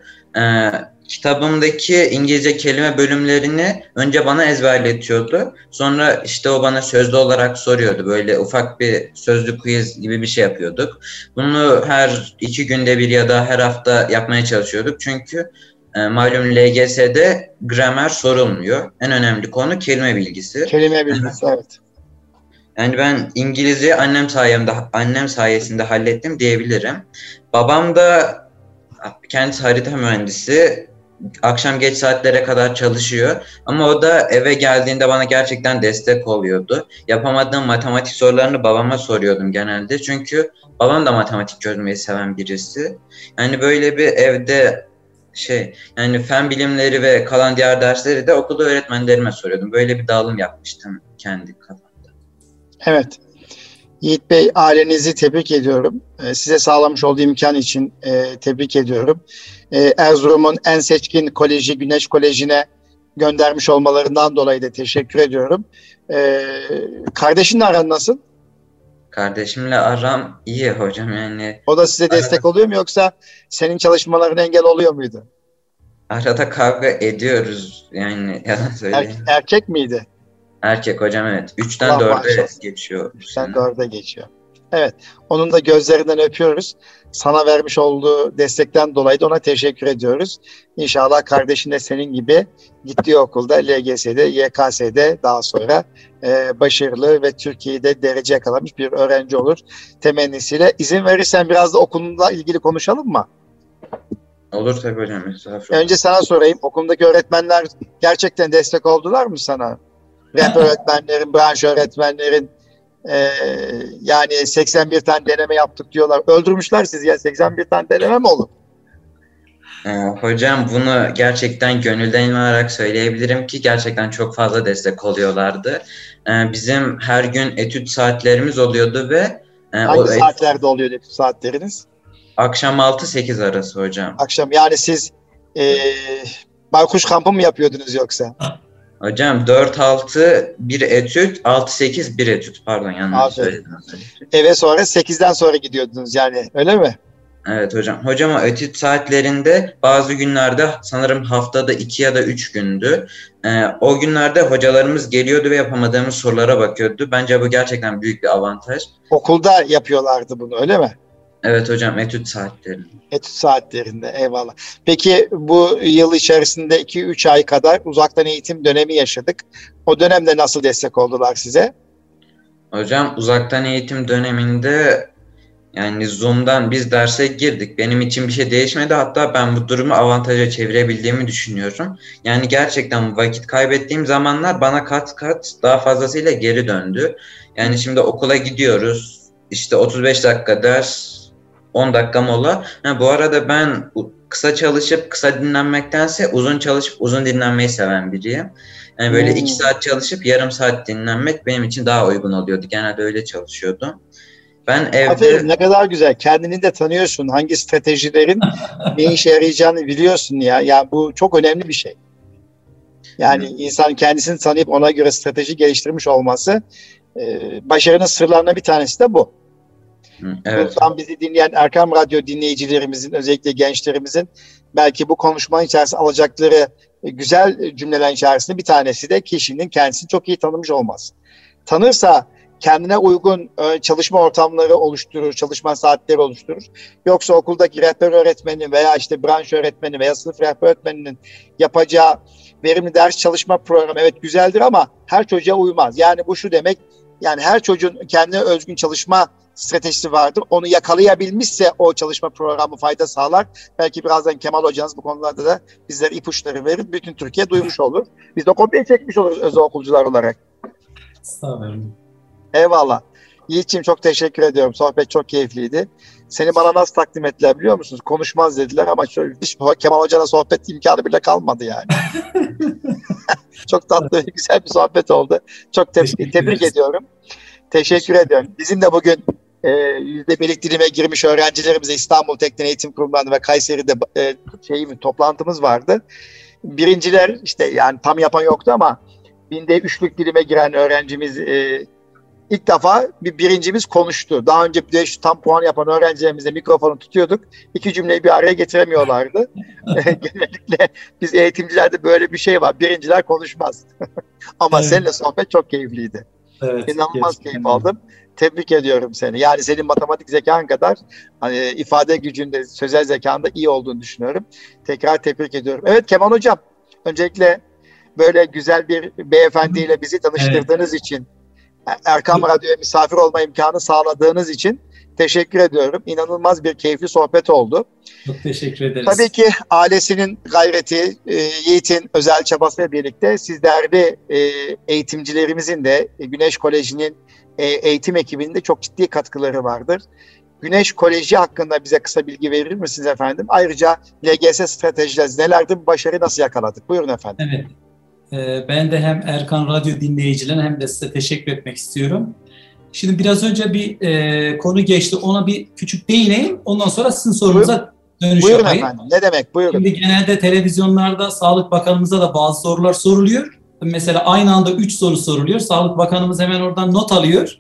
Kitabımdaki İngilizce kelime bölümlerini önce bana ezberletiyordu. Sonra işte o bana sözlü olarak soruyordu. Böyle ufak bir sözlü quiz gibi bir şey yapıyorduk. Bunu her 2 günde bir ya da her hafta yapmaya çalışıyorduk. Çünkü malum LGS'de gramer sorulmuyor. En önemli konu kelime bilgisi. Kelime bilgisi, evet. Yani ben İngilizce annem sayesinde hallettim diyebilirim. Babam da kendisi harita mühendisi. Akşam geç saatlere kadar çalışıyor. Ama o da eve geldiğinde bana gerçekten destek oluyordu. Yapamadığım matematik sorularını babama soruyordum genelde. Çünkü babam da matematik çözmeyi seven birisi. Yani böyle bir evde yani fen bilimleri ve kalan diğer dersleri de okulda öğretmenlerime soruyordum. Böyle bir dağılım yapmıştım kendi kafamda. Evet. Yiğit Bey, ailenizi tebrik ediyorum. Size sağlamış olduğu imkan için tebrik ediyorum. Erzurum'un en seçkin koleji Güneş Koleji'ne göndermiş olmalarından dolayı da teşekkür ediyorum. Kardeşinle aran nasıl? Kardeşimle aram iyi hocam yani. O da size destek oluyor mu, yoksa senin çalışmalarına engel oluyor muydu? Arada kavga ediyoruz yani yalan söyleyeyim. Erkek miydi? Erkek hocam, evet. 3'ten Allah 4'e bağışlasın. geçiyor. 3'ten 4'e geçiyor. Evet. Onun da gözlerinden öpüyoruz. Sana vermiş olduğu destekten dolayı da ona teşekkür ediyoruz. İnşallah kardeşin de senin gibi gittiği okulda LGS'de, YKS'de daha sonra başarılı ve Türkiye'de derece yakalamış bir öğrenci olur temennisiyle. İzin verirsen biraz da okulunla ilgili konuşalım mı? Olur tabii hocam. Önce sana sorayım. Okulundaki öğretmenler gerçekten destek oldular mı sana? Rehber öğretmenlerin, branş öğretmenlerin, yani 81 tane deneme yaptık diyorlar. Öldürmüşler sizi ya, 81 tane deneme mi olur? Hocam bunu gerçekten gönülden inanarak söyleyebilirim ki gerçekten çok fazla destek oluyorlardı. Bizim her gün etüt saatlerimiz oluyordu ve hangi saatlerde oluyor etüt saatleriniz? Akşam 6-8 arası hocam. Akşam, yani siz baykuş kampı mı yapıyordunuz yoksa? Hocam 4-6 bir etüt, 6-8 bir etüt. Pardon, yanlış söyledim. Eve sonra 8'den sonra gidiyordunuz yani, öyle mi? Evet hocam. Hocam o etüt saatlerinde bazı günlerde sanırım haftada 2 ya da 3 gündü. O günlerde hocalarımız geliyordu ve yapamadığımız sorulara bakıyordu. Bence bu gerçekten büyük bir avantaj. Okulda yapıyorlardı bunu, öyle mi? Evet hocam, etüt saatlerinde. Etüt saatlerinde, eyvallah. Peki bu yıl içerisinde 2-3 ay kadar uzaktan eğitim dönemi yaşadık. O dönemde nasıl destek oldular size? Hocam uzaktan eğitim döneminde yani Zoom'dan biz derse girdik. Benim için bir şey değişmedi. Hatta ben bu durumu avantaja çevirebildiğimi düşünüyorum. Yani gerçekten vakit kaybettiğim zamanlar bana kat kat daha fazlasıyla geri döndü. Yani şimdi okula gidiyoruz. İşte 35 dakika ders, 10 dakika mola. Bu arada ben kısa çalışıp kısa dinlenmektense uzun çalışıp uzun dinlenmeyi seven biriyim. Yani böyle 2 saat çalışıp yarım saat dinlenmek benim için daha uygun oluyordu. Genelde öyle çalışıyordum. Ben evde... Aferin, ne kadar güzel. Kendini de tanıyorsun. Hangi stratejilerin ne işe yarayacağını biliyorsun ya. Yani bu çok önemli bir şey. Yani insan kendisini tanıyıp ona göre strateji geliştirmiş olması, başarının sırlarından bir tanesi de bu. Evet. Buradan bizi dinleyen Erkam Radyo dinleyicilerimizin, özellikle gençlerimizin belki bu konuşmanın içerisinde alacakları güzel cümleler içerisinde bir tanesi de kişinin kendisini çok iyi tanımış olması. Tanırsa kendine uygun çalışma ortamları oluşturur, çalışma saatleri oluşturur. Yoksa okuldaki rehber öğretmeni veya işte branş öğretmeni veya sınıf rehber öğretmeninin yapacağı verimli ders çalışma programı evet güzeldir ama her çocuğa uymaz. Yani bu şu demek, yani her çocuğun kendine özgün çalışma stratejisi vardır. Onu yakalayabilmişse o çalışma programı fayda sağlar. Belki birazdan Kemal hocanız bu konularda da bizlere ipuçları verir. Bütün Türkiye duymuş olur. Biz de kopya çekmiş oluruz özel okulcular olarak. Sağ olun. Eyvallah. Yiğit'ciğim çok teşekkür ediyorum. Sohbet çok keyifliydi. Seni bana nasıl takdim ettiler biliyor musunuz? Konuşmaz dediler ama hiç Kemal Hoca'na sohbet imkanı bile kalmadı yani. Çok tatlı, güzel bir sohbet oldu. Çok tebrik ediyorum. Teşekkür ediyorum. Bizim de bugün %1'lik dilime girmiş öğrencilerimize İstanbul Teknik Eğitim Kurumları'nda ve Kayseri'de toplantımız vardı. Birinciler işte, yani tam yapan yoktu ama binde 3'lük dilime giren öğrencimiz ilk defa birincimiz konuştu. Daha önce bir de şu tam puan yapan öğrencilerimize mikrofonu tutuyorduk. 2 cümleyi bir araya getiremiyorlardı. Genellikle biz eğitimcilerde böyle bir şey var. Birinciler konuşmaz. Ama evet, seninle sohbet çok keyifliydi. Evet, İnanılmaz keyif aldım. Tebrik ediyorum seni. Yani senin matematik zekan kadar hani ifade gücünde, sözel zekanda iyi olduğunu düşünüyorum. Tekrar tebrik ediyorum. Evet Kemal Hocam, öncelikle böyle güzel bir beyefendiyle bizi tanıştırdığınız için, Erkam Radyo'ya misafir olma imkanı sağladığınız için teşekkür ediyorum. İnanılmaz bir keyifli sohbet oldu. Çok teşekkür ederiz. Tabii ki ailesinin gayreti, Yiğit'in özel çabasıyla birlikte siz değerli eğitimcilerimizin de Güneş Koleji'nin eğitim ekibinde çok ciddi katkıları vardır. Güneş Koleji hakkında bize kısa bilgi verir misiniz efendim? Ayrıca LGS stratejileri nelerdir? Bu başarıyı nasıl yakaladık? Buyurun efendim. Evet. Ben de hem Erkan Radyo dinleyicilerine hem de size teşekkür etmek istiyorum. Şimdi biraz önce bir konu geçti. Ona bir küçük değineyim. Ondan sonra sizin sorunuza dönüş yapayım. Buyurun efendim. Ne demek? Buyurun. Şimdi genelde televizyonlarda Sağlık Bakanımıza da bazı sorular soruluyor. Mesela aynı anda 3 soru soruluyor. Sağlık Bakanımız hemen oradan not alıyor.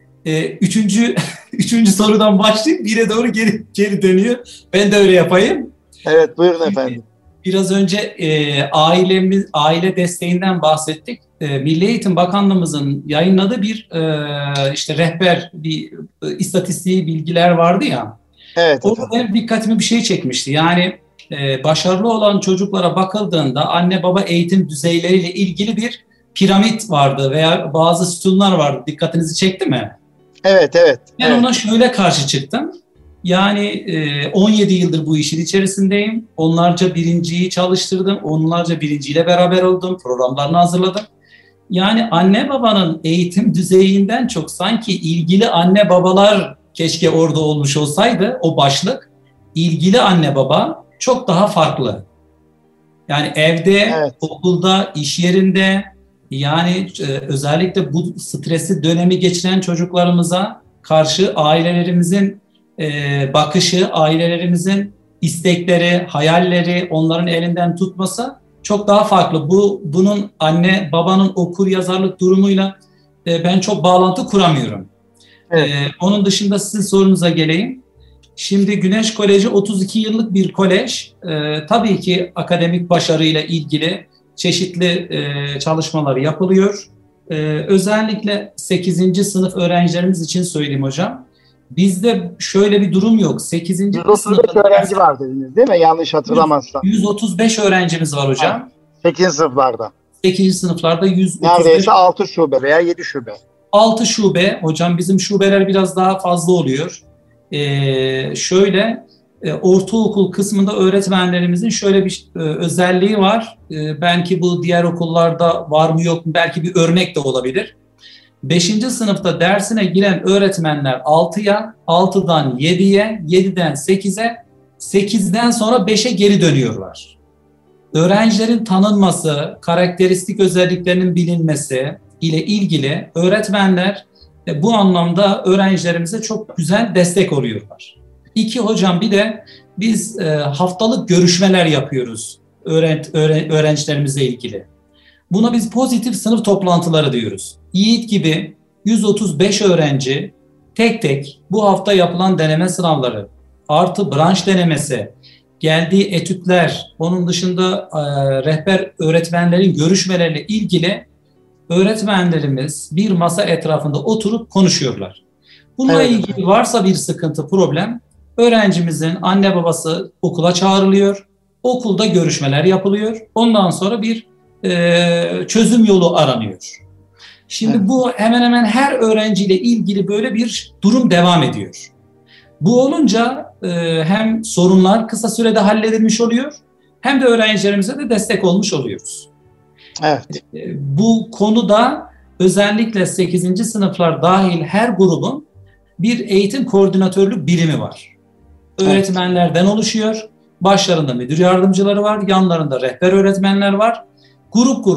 Üçüncü sorudan başlayıp 1'e doğru geri dönüyor. Ben de öyle yapayım. Evet, buyurun efendim. Biraz önce aile desteğinden bahsettik. Milli Eğitim Bakanlığımızın yayınladığı bir işte rehber, bir istatistiği bilgiler vardı ya. Evet. Orada benim dikkatimi bir şey çekmişti. Yani başarılı olan çocuklara bakıldığında anne baba eğitim düzeyleriyle ilgili bir piramit vardı veya bazı sütunlar vardı. Dikkatinizi çekti mi? Evet. Ben ona şöyle karşı çıktım. Yani 17 yıldır bu işin içerisindeyim. Onlarca birinciyi çalıştırdım. Onlarca birinciyle beraber oldum. Programlarını hazırladım. Yani anne babanın eğitim düzeyinden çok sanki ilgili anne babalar keşke orada olmuş olsaydı o başlık. İlgili anne baba çok daha farklı. Yani evde, evet, okulda, iş yerinde, yani özellikle bu stresli dönemi geçiren çocuklarımıza karşı ailelerimizin bakışı, ailelerimizin istekleri, hayalleri onların elinden tutması çok daha farklı. Bunun anne babanın okur yazarlık durumuyla ben çok bağlantı kuramıyorum. Evet. Onun dışında sizin sorunuza geleyim. Şimdi Güneş Koleji 32 yıllık bir kolej. Tabii ki akademik başarıyla ilgili çeşitli çalışmalar yapılıyor. Özellikle 8. sınıf öğrencilerimiz için söyleyeyim hocam. Bizde şöyle bir durum yok. 8. 135 öğrenci var dediniz değil mi? Yanlış hatırlamazsam. 135 öğrencimiz var hocam. 8. sınıflarda. 8. sınıflarda 135. Neredeyse 6 şube veya 7 şube. 6 şube. Hocam bizim şubeler biraz daha fazla oluyor. Ortaokul kısmında öğretmenlerimizin şöyle bir özelliği var. Belki bu diğer okullarda var mı yok mu? Belki bir örnek de olabilir. 5. sınıfta dersine giren öğretmenler 6'ya, 6'dan 7'ye, 7'den 8'e, 8'den sonra 5'e geri dönüyorlar. Öğrencilerin tanınması, karakteristik özelliklerinin bilinmesi ile ilgili öğretmenler bu anlamda öğrencilerimize çok güzel destek oluyorlar. 2 hocam, bir de biz haftalık görüşmeler yapıyoruz öğrencilerimizle ilgili. Buna biz pozitif sınıf toplantıları diyoruz. Yiğit gibi 135 öğrenci tek tek bu hafta yapılan deneme sınavları, artı branş denemesi, geldiği etütler, onun dışında rehber öğretmenlerin görüşmeleriyle ilgili öğretmenlerimiz bir masa etrafında oturup konuşuyorlar. Bununla ilgili varsa bir sıkıntı, problem, öğrencimizin anne babası okula çağrılıyor, okulda görüşmeler yapılıyor, ondan sonra bir çözüm yolu aranıyor. Şimdi bu hemen hemen her öğrenciyle ilgili böyle bir durum devam ediyor. Bu olunca hem sorunlar kısa sürede halledilmiş oluyor, hem de öğrencilerimize de destek olmuş oluyoruz. Evet. Bu konuda özellikle 8. sınıflar dahil her grubun bir eğitim koordinatörlük birimi var. Öğretmenlerden oluşuyor. Başlarında müdür yardımcıları var, yanlarında rehber öğretmenler var. Grup grup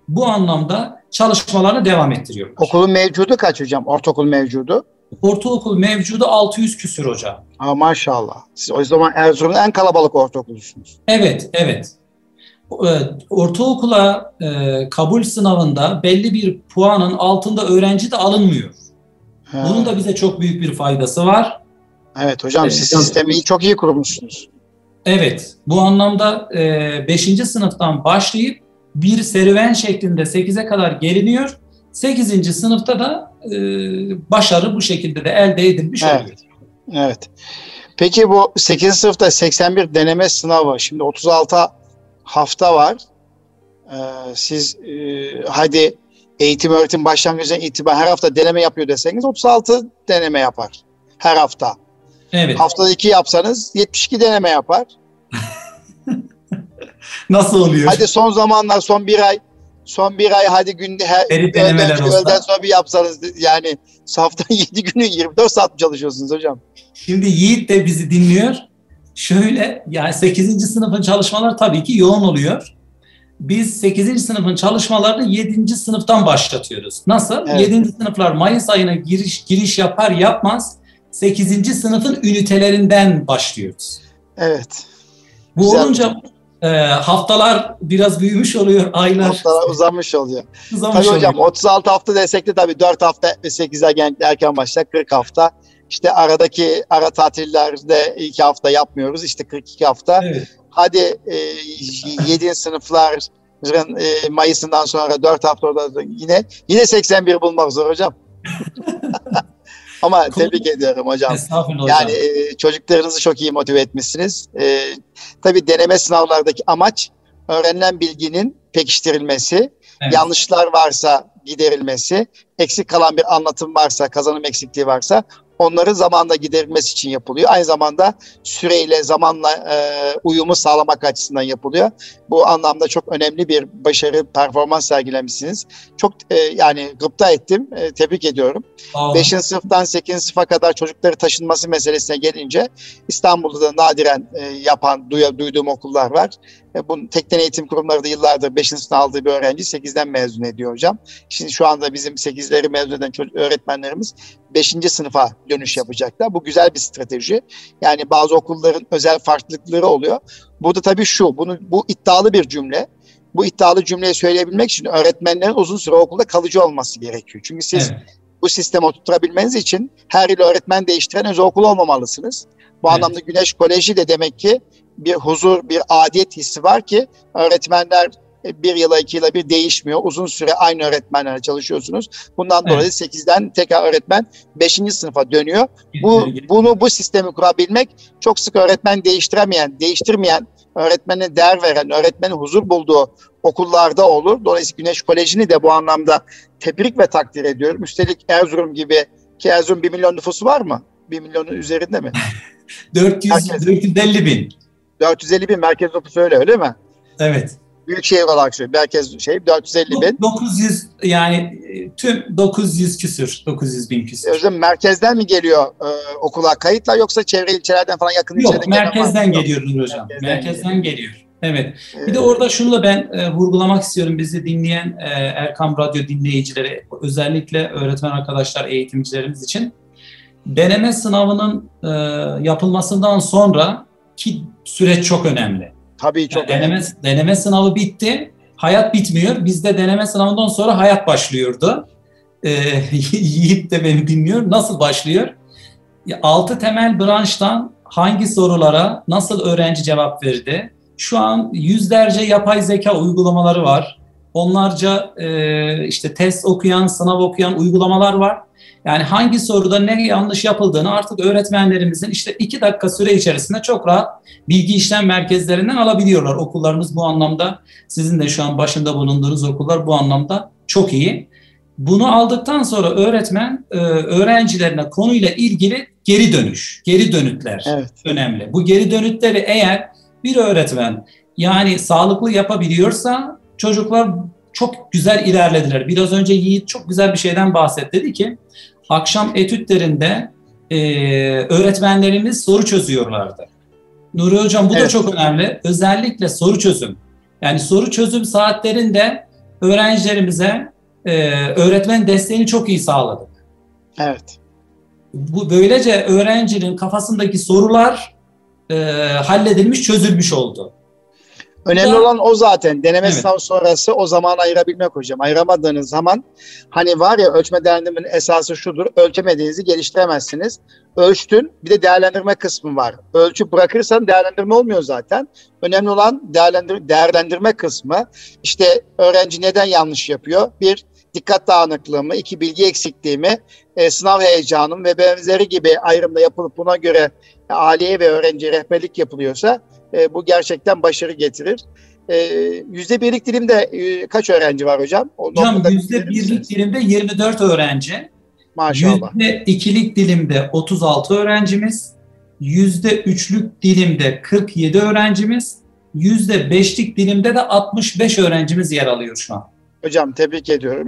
bu anlamda çalışmalarını devam ettiriyorlar. Okulun mevcudu kaç hocam? Ortaokul mevcudu? Ortaokul mevcudu 600 küsür hocam. Maşallah. Siz o zaman Erzurum'un en kalabalık ortaokulusunuz. Evet, evet. Ortaokula kabul sınavında belli bir puanın altında öğrenci de alınmıyor. Bunun da bize çok büyük bir faydası var. Evet hocam, siz sistemi çok iyi kurmuşsunuz. Evet, bu anlamda 5. sınıftan başlayıp bir serüven şeklinde 8'e kadar geliniyor. 8. sınıfta da başarı bu şekilde de elde edilmiş oluyor. Evet. Peki bu 8. sınıfta 81 deneme sınavı, şimdi 36 hafta var. Siz hadi eğitim öğretim başlangıcından itibaren her hafta deneme yapıyor deseniz 36 deneme yapar her hafta. Evet. Haftada 2 yapsanız 72 deneme yapar. Nasıl oluyor? Hadi son zamanlar son bir ay hadi günde öğleden sonra bir yapsanız, yani haftanın 7 günü 24 saat mi çalışıyorsunuz hocam? Şimdi Yiğit de bizi dinliyor. Şöyle, yani 8. sınıfın çalışmaları tabii ki yoğun oluyor. Biz 8. sınıfın çalışmalarını 7. sınıftan başlatıyoruz. Nasıl? Evet. 7. sınıflar Mayıs ayına giriş yapar yapmaz 8. sınıfın ünitelerinden başlıyoruz. Evet. Bu güzel olunca haftalar biraz büyümüş oluyor, aylar. Haftalar uzamış oluyor. Tabii hocam 36 hafta desek de tabii 4 hafta 8'e genellikle erken başlar, 40 hafta. İşte aradaki ara tatillerde 2 hafta yapmıyoruz. İşte 42 hafta. Evet. Hadi 7. sınıfların Mayıs'ından sonra 4 hafta orada yine 81 bulmak zor hocam. Ama tebrik ediyorum hocam. Yani çocuklarınızı çok iyi motive etmişsiniz. Tabii deneme sınavlardaki amaç öğrenilen bilginin pekiştirilmesi, evet. Yanlışlar varsa giderilmesi, eksik kalan bir anlatım varsa, kazanım eksikliği varsa onları zamanla giderilmesi için yapılıyor. Aynı zamanda süreyle, zamanla uyumu sağlamak açısından yapılıyor. Bu anlamda çok önemli bir başarı, performans sergilemişsiniz. Çok yani gıpta ettim, tebrik ediyorum. 5. sınıftan 8. sınıfa kadar çocukları taşınması meselesine gelince İstanbul'da da nadiren yapan, duyduğum okullar var. Bu teknik eğitim kurumları da yıllardır 5. sınıftan aldığı bir öğrenci 8'den mezun ediyor hocam. Şimdi şu anda bizim 8'leri mezun eden öğretmenlerimiz 5. sınıfa dönüş yapacaklar. Bu güzel bir strateji. Yani bazı okulların özel farklılıkları oluyor. Burada tabii bu iddialı bir cümle. Bu iddialı cümleyi söyleyebilmek için öğretmenlerin uzun süre okulda kalıcı olması gerekiyor. Çünkü siz bu sistemi oturtabilmeniz için her yıl öğretmen değiştiren özel okul olmamalısınız. Bu anlamda Güneş Koleji de demek ki bir huzur, bir adiyet hissi var ki öğretmenler 1 yıla 2 yıla bir değişmiyor. Uzun süre aynı öğretmenlerle çalışıyorsunuz. Bundan dolayı 8'den tekrar öğretmen 5. sınıfa dönüyor. Bu sistemi kurabilmek, çok sık öğretmen değiştirmeyen, öğretmene değer veren, öğretmenin huzur bulduğu okullarda olur. Dolayısıyla Güneş Koleji'ni de bu anlamda tebrik ve takdir ediyorum. Üstelik Erzurum gibi, ki Erzurum 1 milyon nüfusu var mı? 1 milyonun üzerinde mi? 450 bin. 450 bin merkez nüfusu öyle mi? Evet. Büyükşehir olarak söylüyorum. Merkez 450 bin. 900 yani tüm 900 küsür, 900 bin küsür. O zaman merkezden mi geliyor okula kayıtlar, yoksa çevre ilçelerden falan yakın ilçelerden? Yok, merkezden geliyor Nur Hocam. Merkezden geliyor. Evet. Bir de orada şunu da ben vurgulamak istiyorum, bizi dinleyen Erkam Radyo dinleyicileri, özellikle öğretmen arkadaşlar, eğitimcilerimiz için. Deneme sınavının yapılmasından sonra ki süreç çok önemli. Tabii çok önemli. Deneme sınavı bitti, hayat bitmiyor. Bizde deneme sınavından sonra hayat başlıyordu. Yiğit de beni dinliyor. Nasıl başlıyor? 6 temel branştan hangi sorulara nasıl öğrenci cevap verdi? Şu an yüzlerce yapay zeka uygulamaları var. Onlarca işte test okuyan, sınav okuyan uygulamalar var. Yani hangi soruda ne yanlış yapıldığını artık öğretmenlerimizin işte 2 dakika süre içerisinde çok rahat bilgi işlem merkezlerinden alabiliyorlar. Okullarımız bu anlamda, sizin de şu an başında bulunduğunuz okullar bu anlamda çok iyi. Bunu aldıktan sonra öğretmen öğrencilerine konuyla ilgili geri dönütler önemli. Bu geri dönütleri eğer bir öğretmen yani sağlıklı yapabiliyorsa çocuklar çok güzel ilerlediler. Biraz önce Yiğit çok güzel bir şeyden bahsetti. Dedi ki akşam etütlerinde öğretmenlerimiz soru çözüyorlardı. Nuri Hocam bu da çok önemli. Özellikle soru çözüm. Yani soru çözüm saatlerinde öğrencilerimize öğretmen desteğini çok iyi sağladık. Evet. Bu böylece öğrencinin kafasındaki sorular halledilmiş, çözülmüş oldu. Önemli olan o zaten. Deneme Evet. sınav sonrası o zamanı ayırabilmek hocam. Ayıramadığınız zaman hani var ya, ölçme değerlendirmenin esası şudur. Ölçemediğinizi geliştiremezsiniz. Ölçtün, bir de değerlendirme kısmı var. Ölçüp bırakırsan değerlendirme olmuyor zaten. Önemli olan değerlendirme kısmı. İşte öğrenci neden yanlış yapıyor? Bir, dikkat dağınıklığı mı? İki, bilgi eksikliği mi? Sınav heyecanı ve benzeri gibi ayrımda yapılıp buna göre aileye ve öğrenciye rehberlik yapılıyorsa bu gerçekten başarı getirir. %1'lik dilimde kaç öğrenci var hocam? Hocam %1'lik dilimde 24 öğrenci. Maşallah. %2'lik dilimde 36 öğrencimiz. %3'lük dilimde 47 öğrencimiz. %5'lik dilimde de 65 öğrencimiz yer alıyor şu an. Hocam tebrik ediyorum.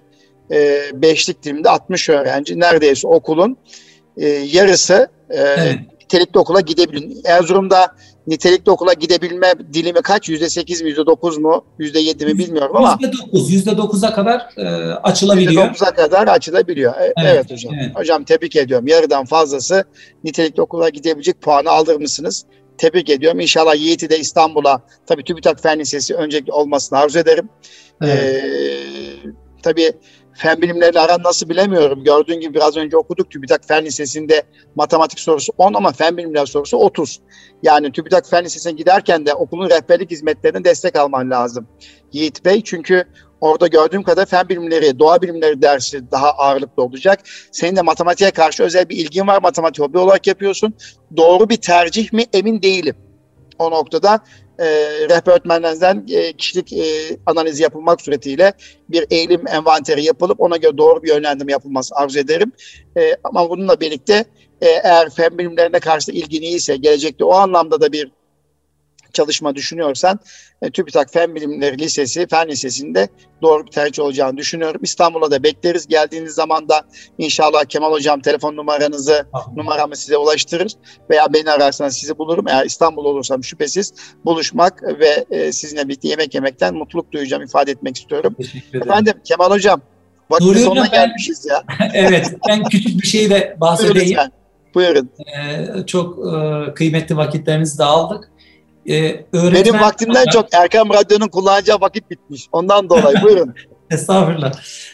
%5'lik dilimde 60 öğrenci. Neredeyse okulun yarısı Evet. nitelikli okula gidebiliyor. Erzurum'da nitelikli okula gidebilme dilimi kaç? %8 mi, %9 mu, %7 mi bilmiyorum ama %9'a kadar açılabiliyor. %9'a kadar açılabiliyor. Evet hocam. Evet. Hocam tebrik ediyorum. Yarıdan fazlası nitelikli okula gidebilecek puanı aldırmışsınız. Tebrik ediyorum. İnşallah Yiğit'i de İstanbul'a, tabii TÜBİTAK Fen Lisesi önceki olmasını arzu ederim. Evet. Tabii fen bilimleriyle aran nasıl bilemiyorum. Gördüğün gibi biraz önce okuduk. TÜBİTAK Fen Lisesi'nde matematik sorusu 10 ama fen bilimleri sorusu 30. Yani TÜBİTAK Fen Lisesi'ne giderken de okulun rehberlik hizmetlerinden destek alman lazım Yiğit Bey. Çünkü orada gördüğüm kadar fen bilimleri, doğa bilimleri dersi daha ağırlıklı olacak. Senin de matematiğe karşı özel bir ilgin var. Matematik hobi olarak yapıyorsun. Doğru bir tercih mi emin değilim. O noktada rehber öğretmenlerinizden kişilik analizi yapılmak suretiyle bir eğilim envanteri yapılıp ona göre doğru bir yönlendirme yapılması arzu ederim. Ama bununla birlikte eğer fen bilimlerine karşı ilgin iyiyse, gelecekte o anlamda da bir çalışma düşünüyorsan TÜBİTAK Fen Bilimleri Lisesi, Fen Lisesi'nde doğru bir tercih olacağını düşünüyorum. İstanbul'a da bekleriz. Geldiğiniz zaman da inşallah Kemal Hocam telefon numaramı size ulaştırır veya beni ararsanız sizi bulurum. Eğer İstanbul olursam şüphesiz buluşmak ve sizinle birlikte yemek yemekten mutluluk duyacağım, ifade etmek istiyorum. Efendim Kemal Hocam, vaktin sonuna gelmişiz ya. Evet, ben küçük bir şey de bahsedeyim. Buyurun. Çok kıymetli vakitlerinizi de aldık. Benim vaktimden çok Erkam Radyo'nun kullanacağı vakit bitmiş. Ondan dolayı buyurun. Estağfurullah.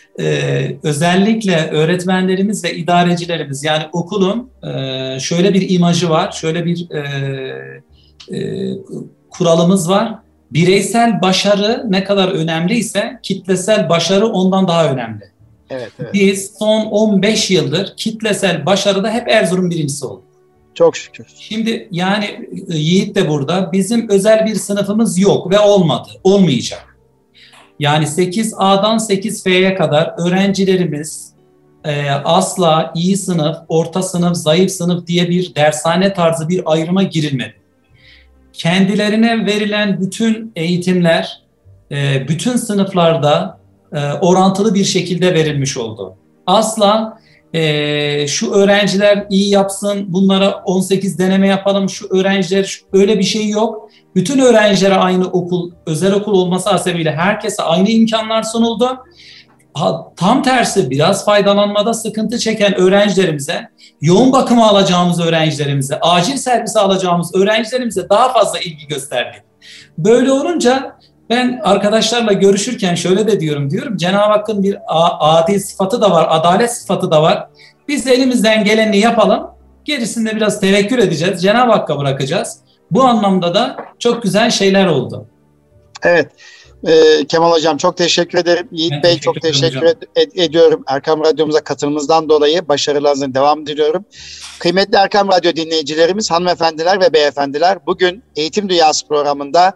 Özellikle öğretmenlerimiz ve idarecilerimiz, yani okulun şöyle bir imajı var, şöyle bir kuralımız var. Bireysel başarı ne kadar önemliyse kitlesel başarı ondan daha önemli. Evet. Biz son 15 yıldır kitlesel başarıda hep Erzurum birincisi olduk. Çok şükür. Şimdi yani Yiğit de burada. Bizim özel bir sınıfımız yok ve olmayacak. Yani 8A'dan 8F'ye kadar öğrencilerimiz asla iyi sınıf, orta sınıf, zayıf sınıf diye bir dershane tarzı bir ayrıma girilmedi. Kendilerine verilen bütün eğitimler bütün sınıflarda orantılı bir şekilde verilmiş oldu. Asla şu öğrenciler iyi yapsın, bunlara 18 deneme yapalım, şu öğrenciler, öyle bir şey yok. Bütün öğrencilere aynı okul, özel okul olması hasebiyle herkese aynı imkanlar sunuldu. Tam tersi biraz faydalanmada sıkıntı çeken öğrencilerimize, yoğun bakıma alacağımız öğrencilerimize, acil servise alacağımız öğrencilerimize daha fazla ilgi gösterdik. Böyle olunca ben arkadaşlarla görüşürken şöyle de diyorum Cenab-ı Hakk'ın bir adil sıfatı da var, adalet sıfatı da var. Biz elimizden geleni yapalım, gerisinde biraz tevekkül edeceğiz, Cenab-ı Hakk'a bırakacağız. Bu anlamda da çok güzel şeyler oldu. Evet. Kemal Hocam çok teşekkür ederim. Yiğit Bey çok teşekkür ediyorum. Erkam Radyomuza katılımınızdan dolayı başarılarınızın devam diliyorum. Kıymetli Erkam Radyo dinleyicilerimiz, hanımefendiler ve beyefendiler, bugün Eğitim Dünyası programında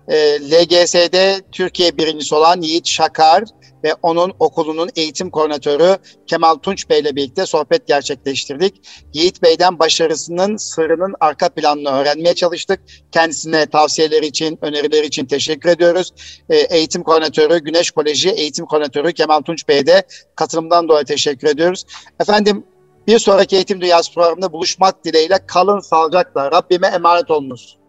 LGS'de Türkiye birincisi olan Yiğit Şakar ve onun okulunun eğitim koordinatörü Kemal Tunç Bey ile birlikte sohbet gerçekleştirdik. Yiğit Bey'den başarısının sırrının arka planını öğrenmeye çalıştık. Kendisine tavsiyeleri için, önerileri için teşekkür ediyoruz. Eğitim koordinatörü, Güneş Koleji Eğitim Koordinatörü Kemal Tunç Bey'e de katılımdan dolayı teşekkür ediyoruz. Efendim, bir sonraki Eğitim Dünyası programında buluşmak dileğiyle kalın sağlıcakla. Rabbime emanet olunuz.